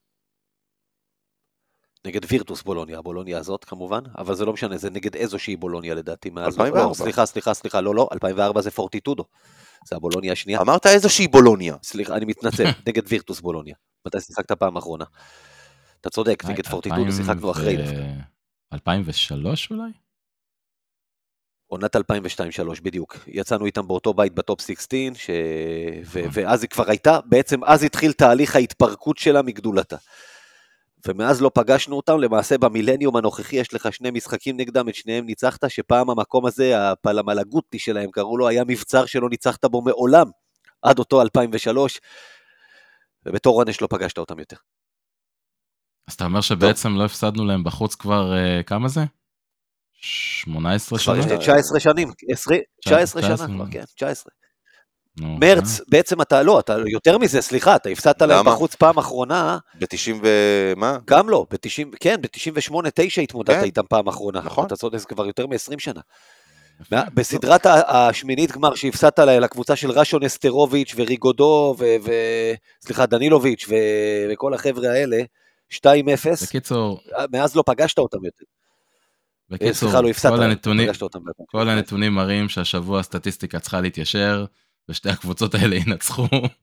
נגד וירטוס בולוניה, הבולוניה הזאת כמובן, אבל זה לא משנה, זה נגד איזושהי בולוניה לדעתי. אלפיים וארבע. לא, סליחה, סליחה, סליחה, לא, לא, אלפיים וארבע זה פורטיטודו, זה הבולוניה השנייה. אמרת איזושהי בולוניה. סליחה, אני מתנצל, נגד וירטוס בולוניה. מתי שיחקת פעם אחרונה? אתה צודק, נגד פורטיטודו שיחקנו אחרי. אלפיים ושלוש אולי? עונת אלפיים ושתיים שלוש בדיוק, יצאנו איתם באותו בית בטופ שש עשרה, ש... ו... ואז היא כבר הייתה, בעצם אז התחיל תהליך ההתפרקות שלה מגדולתה. ומאז לא פגשנו אותם, למעשה במילניום הנוכחי יש לך שני משחקים נגדם, את שניהם ניצחת, שפעם המקום הזה, הפלמלגוטי שלהם קראו לו, היה מבצר שלא ניצחת בו מעולם, עד אותו אלפיים ושלוש, ובתור עונש לא פגשת אותם יותר. אז אתה אומר שבעצם לא הפסדנו להם בחוץ כבר, כמה זה? שמונה עשרה שנה? תשע עשרה שנים, תשע עשרה שנה כבר, כן, תשע עשרה. מרץ, בעצם אתה לא, אתה יותר מזה, סליחה, אתה הפסדת להם בחוץ פעם אחרונה. ב-תשעים ומה? גם לא, כן, ב-תשעים ושמונה תשע התמודדת איתם פעם אחרונה. נכון. אתה צודק, זה כבר יותר מ-עשרים שנה. בסדרת השמינית גמר שהפסדת לקבוצה של רשון אסטרוביץ' וריגודו, סליחה, דנילוביץ' וכל החבר'ה האלה, שתיים אפס. בקיצור. מאז לא פגשת אותם יותר. בקיצור, כל הנתונים, כל הנתונים מראים שהשבוע הסטטיסטיקה צריכה להתיישר, ושתי הקבוצות האלה ינצחו.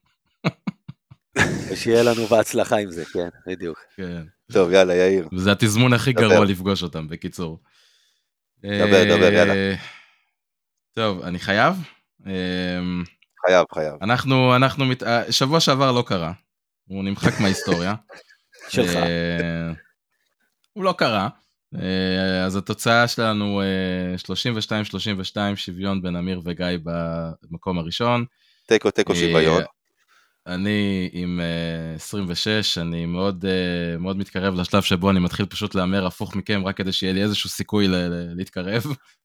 ושיהיה לנו בהצלחה עם זה, כן, בדיוק. כן. טוב, יאללה, יאיר. וזה התזמון הכי גרוע לפגוש אותם, בקיצור. דבר, דבר, יאללה. טוב, אני חייב? חייב, חייב. אנחנו, אנחנו, שבוע שעבר לא קרה. הוא נמחק מההיסטוריה. שלך. הוא לא קרה. אז התוצאה שלנו שלושים ושתיים שלושים ושתיים, שוויון בין אמיר וגיא במקום הראשון. תיקו, תיקו שוויון. אני עם עשרים ושש, אני מאוד, מאוד מתקרב לשלב שבו אני מתחיל פשוט לאמר הפוך מכם, רק כדי שיהיה לי איזשהו סיכוי להתקרב.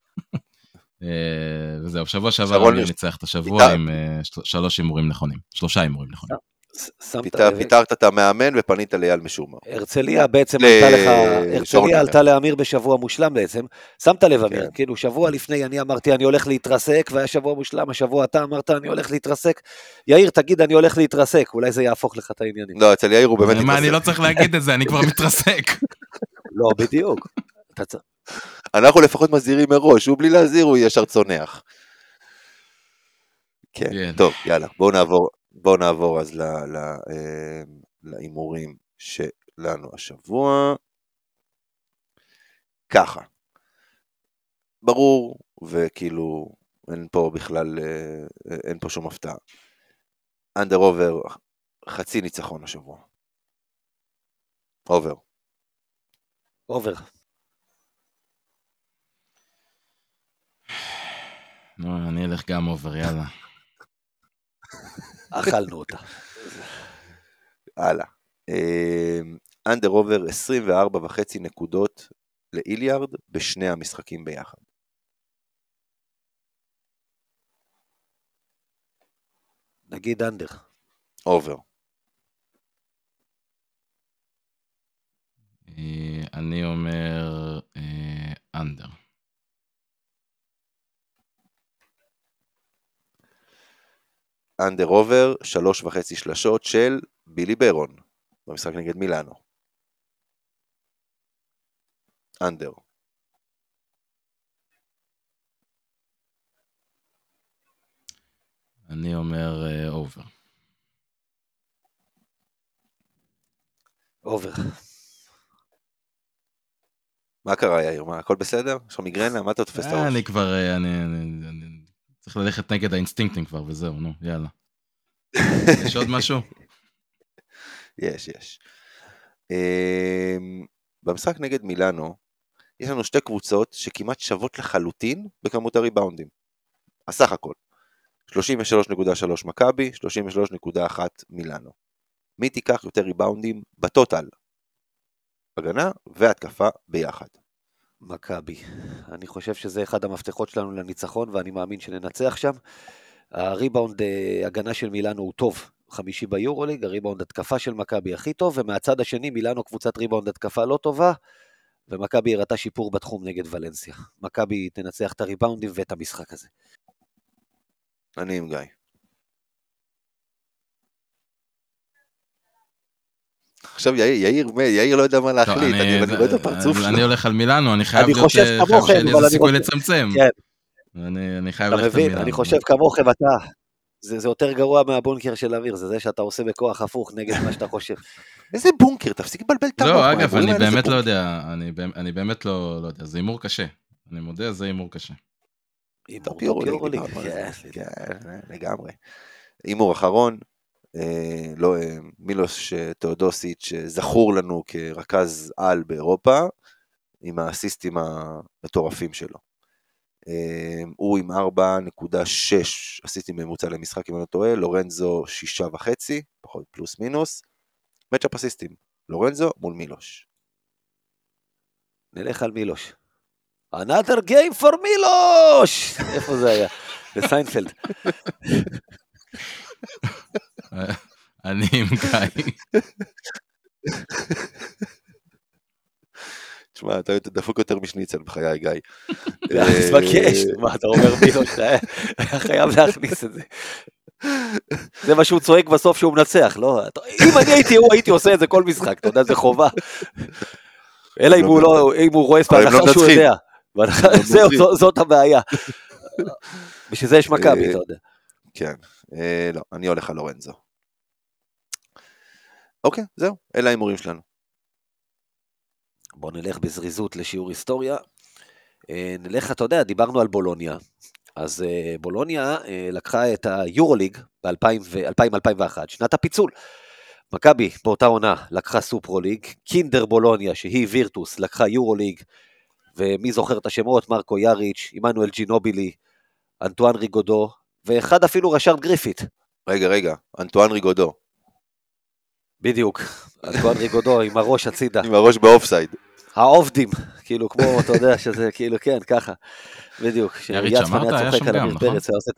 וזהו, שבוע שעבר אני ניצח את השבוע עם שלוש הימורים נכונים, שלושה הימורים נכונים. פיתרת את המאמן ופנית ליאל משומר. הרצליה בעצם עלתה לך, הרצליה עלתה לאמיר בשבוע מושלם בעצם, שמת לב אמיר, כאילו שבוע לפני אני אמרתי אני הולך להתרסק, והיה שבוע מושלם, השבוע אתה אמרת אני הולך להתרסק, יאיר תגיד אני הולך להתרסק, אולי זה יהפוך לך את העניינים. לא, אצל יאיר הוא באמת מתרסק. מה, אני לא צריך להגיד את זה, אני כבר מתרסק. לא, בדיוק. אנחנו לפחות מזהירים מראש, הוא בלי להזהיר הוא ישר צונח. כן, טוב, יאללה, בואו נעבור. בואו נעבור אז לאימורים שלנו השבוע. ככה. ברור, וכאילו, אין פה בכלל, אין פה שום הפתעה. אנדר אובר, חצי ניצחון השבוע. אובר. אובר. לא, אני אלך גם אובר, יאללה. אכלנו אותה. הלאה. אנדר אובר עשרים וארבע וחצי נקודות לאיליארד בשני המשחקים ביחד. נגיד אנדר. אובר. אני אומר אנדר. אנדר אובר, שלוש וחצי שלשות של בילי ברון, במשחק נגד מילאנו. אנדר. אני אומר אובר. אובר. מה קרה יאיר? מה, הכל בסדר? יש לך מיגרנה? מה אתה תופס את הראש? אני כבר, אני... צריך ללכת נגד האינסטינקטים כבר, וזהו, נו, יאללה. יש עוד משהו? יש, יש. במשחק נגד מילאנו, יש לנו שתי קבוצות שכמעט שוות לחלוטין בכמות הריבאונדים. הסך הכל. שלושים ושלוש נקודה שלוש מכבי, שלושים ושלוש נקודה אחת מילאנו. מי תיקח יותר ריבאונדים בטוטל? הגנה והתקפה ביחד. מכבי. אני חושב שזה אחד המפתחות שלנו לניצחון, ואני מאמין שננצח שם. הריבאונד הגנה של מילאנו הוא טוב, חמישי ביורוליג, הריבאונד התקפה של מכבי הכי טוב, ומהצד השני מילאנו קבוצת ריבאונד התקפה לא טובה, ומכבי הראתה שיפור בתחום נגד ולנסיה. מכבי תנצח את הריבאונדים ואת המשחק הזה. אני עם גיא. עכשיו יאיר, יאיר לא יודע מה להחליט, אני רואה את הפרצוף שלו. אני הולך על מילאנו, אני חייב להיות, שיהיה לי איזה סיכוי לצמצם. אני חייב ללכת על מילאנו. אני חושב כמוכם אתה, זה יותר גרוע מהבונקר של אוויר, זה זה שאתה עושה בכוח הפוך נגד מה שאתה חושב. איזה בונקר, תפסיק לבלבל את המוח. לא, אגב, אני באמת לא יודע, אני באמת לא יודע, זה אימור קשה. אני מודה, זה אימור קשה. טופ יורוליג, לגמרי. אימור אחרון, לא, מילוש תאודוסיץ' זכור לנו כרכז על באירופה, עם האסיסטים המטורפים שלו. הוא עם ארבע נקודה שש אסיסטים ממוצע למשחק, אם אני לא טועה, לורנזו שישה וחצי, פחות פלוס מינוס, מצ'אפ אסיסטים, לורנזו מול מילוש. נלך על מילוש. Another game for מילוש! איפה זה היה? בסיינפלד. אני עם גיא. תשמע, אתה דפוק יותר משניצל בחיי, גיא. אז מבקש, מה אתה אומר מילוש? אתה חייב להכניס את זה. זה מה שהוא צועק בסוף שהוא מנצח, לא? אם אני הייתי הוא, הייתי עושה את זה כל משחק, אתה יודע, זה חובה. אלא אם הוא רואה ספק אחר שהוא יודע. זאת הבעיה. בשביל זה יש מכבי, אתה יודע. כן, לא, אני הולך על לורנזו. אוקיי, זהו, אלה האימורים שלנו. בואו נלך בזריזות לשיעור היסטוריה. נלך, אתה יודע, דיברנו על בולוניה. אז בולוניה לקחה את היורוליג ב-אלפיים אלפיים ואחת, שנת הפיצול. מכבי באותה עונה לקחה סופרוליג, קינדר בולוניה שהיא וירטוס לקחה יורוליג, ומי זוכר את השמות? מרקו יאריץ', עמנואל ג'ינובילי, אנטואן ריגודו, ואחד אפילו רשארד גריפית. רגע, רגע, אנטואן ריגודו. בדיוק, אנטואן ריגודו עם הראש הצידה. עם הראש באופסייד. העובדים, כאילו כמו, אתה יודע שזה כאילו, כן, ככה. בדיוק. יאריץ' אמרת, היה שם גם, נכון?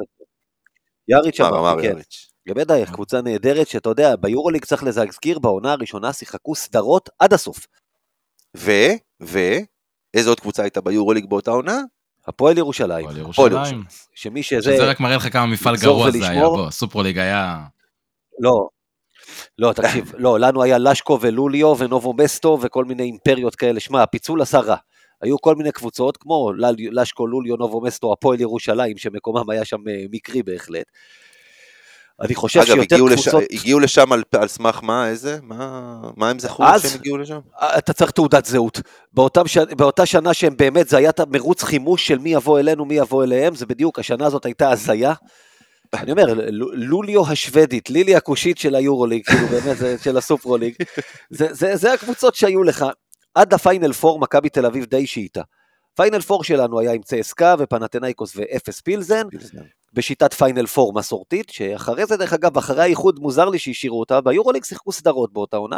יאריץ' אמר, כן. בטח, קבוצה נהדרת שאתה יודע, ביורוליג צריך להזכיר, בעונה הראשונה שיחקו סדרות עד הסוף. ו, ו, איזו עוד קבוצה הייתה ביורוליג באותה עונה? הפועל ירושלים. הפועל ירושלים. שמי שזה... שזה רק מראה לך כמה מפעל גרוע זה היה, בוא, סופרוליג היה... לא, לא, תקשיב, לא, לנו היה לשקו ולוליו ונובו מסטו וכל מיני אימפריות כאלה, שמה, הפיצול עשה רע. היו כל מיני קבוצות, כמו לשקו, לוליו, נובו מסטו, הפועל ירושלים, שמקומם היה שם מקרי בהחלט. אני חושב אגב, שיותר הגיעו קבוצות... לש... הגיעו לשם על, על סמך מה, איזה? מה, מה הם זכו שהם הגיעו לשם? אתה צריך תעודת זהות. באותם ש... באותה שנה שהם באמת, זה היה מרוץ חימוש של מי יבוא אלינו, מי יבוא אליהם, זה בדיוק, השנה הזאת הייתה הזיה. אני אומר, לוליו השוודית, לילי הקושית של היורוליג, כאילו באמת, זה של הסופרוליג, זה, זה, זה הקבוצות שהיו לך, עד הפיינל פור, מכבי תל אביב די שאיתה. פיינל פור שלנו היה עם צסקה ופנתנאיקוס ואפס פילזן, בשיטת פיינל פור מסורתית, שאחרי זה דרך אגב, אחרי האיחוד מוזר לי שהשאירו אותה, ביורוליג שיחקו סדרות באותה עונה,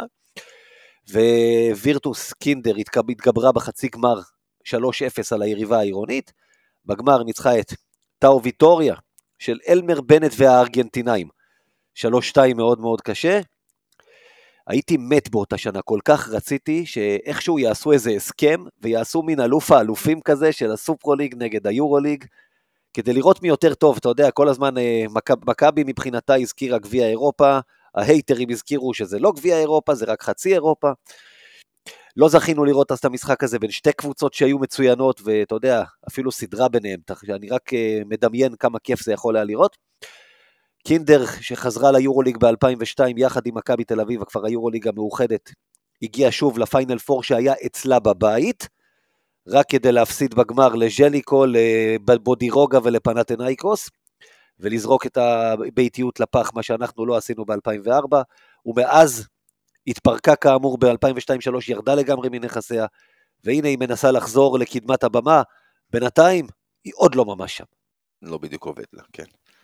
ווירטוס קינדר התגברה בחצי גמר שלוש אפס על היריבה העירונית, בגמר ניצחה את טאו ויטוריה, של אלמר בנט והארגנטינאים, שלוש שתיים מאוד מאוד קשה, הייתי מת באותה שנה, כל כך רציתי שאיכשהו יעשו איזה הסכם, ויעשו מין אלוף האלופים כזה, של הסופרוליג נגד היורוליג, כדי לראות מי יותר טוב, אתה יודע, כל הזמן מכבי מבחינתה הזכירה גביע אירופה, ההייטרים הזכירו שזה לא גביע אירופה, זה רק חצי אירופה, לא זכינו לראות אז את המשחק הזה בין שתי קבוצות שהיו מצוינות, ואתה יודע, אפילו סדרה ביניהם, אני רק מדמיין כמה כיף זה יכול היה לראות. קינדר שחזרה ליורוליג ב-אלפיים ושתיים יחד עם מכבי תל אביב, כבר היורוליג המאוחדת, הגיע שוב לפיינל פור שהיה אצלה בבית, רק כדי להפסיד בגמר לז'ליקו, לבודירוגה ולפנתנאיקוס, ולזרוק את הביתיות לפח, מה שאנחנו לא עשינו ב-אלפיים וארבע, ומאז התפרקה כאמור ב-אלפיים ושתיים שלוש, ירדה לגמרי מנכסיה, והנה היא מנסה לחזור לקדמת הבמה, בינתיים היא עוד לא ממש שם. לא בדיוק עובד לה, כן.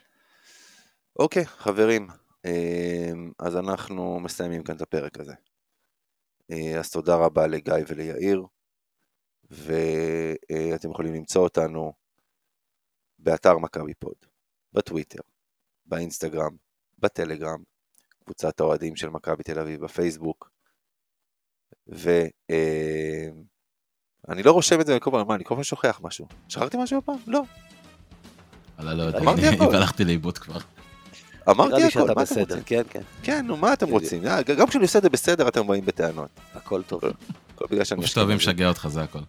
אוקיי, חברים, אז אנחנו מסיימים כאן את הפרק הזה. אז תודה רבה לגיא וליאיר, ואתם יכולים למצוא אותנו באתר מכבי פוד, בטוויטר, באינסטגרם, בטלגרם, קבוצת האוהדים של מכבי תל אביב בפייסבוק, ואני לא רושם את זה כל פעם, מה, אני כל פעם שוכח משהו. שכחתי משהו הפעם? לא. אבל לא יודע, אמרתי אם הכל. הלכתי לאיבוד כבר. אמרתי נראה לי הכל, שאתה מה אתם בסדר, רוצים? כן, כן, כן, נו, מה אתם רוצים? אה, גם כשאני עושה את זה בסדר, אתם באים בטענות. הכל טוב. כל בגלל שאני... פשוט אוהבים לשגע אותך, זה הכל.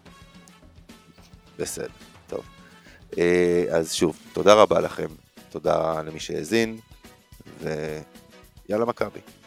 בסדר, טוב. אה, אז שוב, תודה רבה לכם, תודה למי שהאזין, ויאללה מכבי.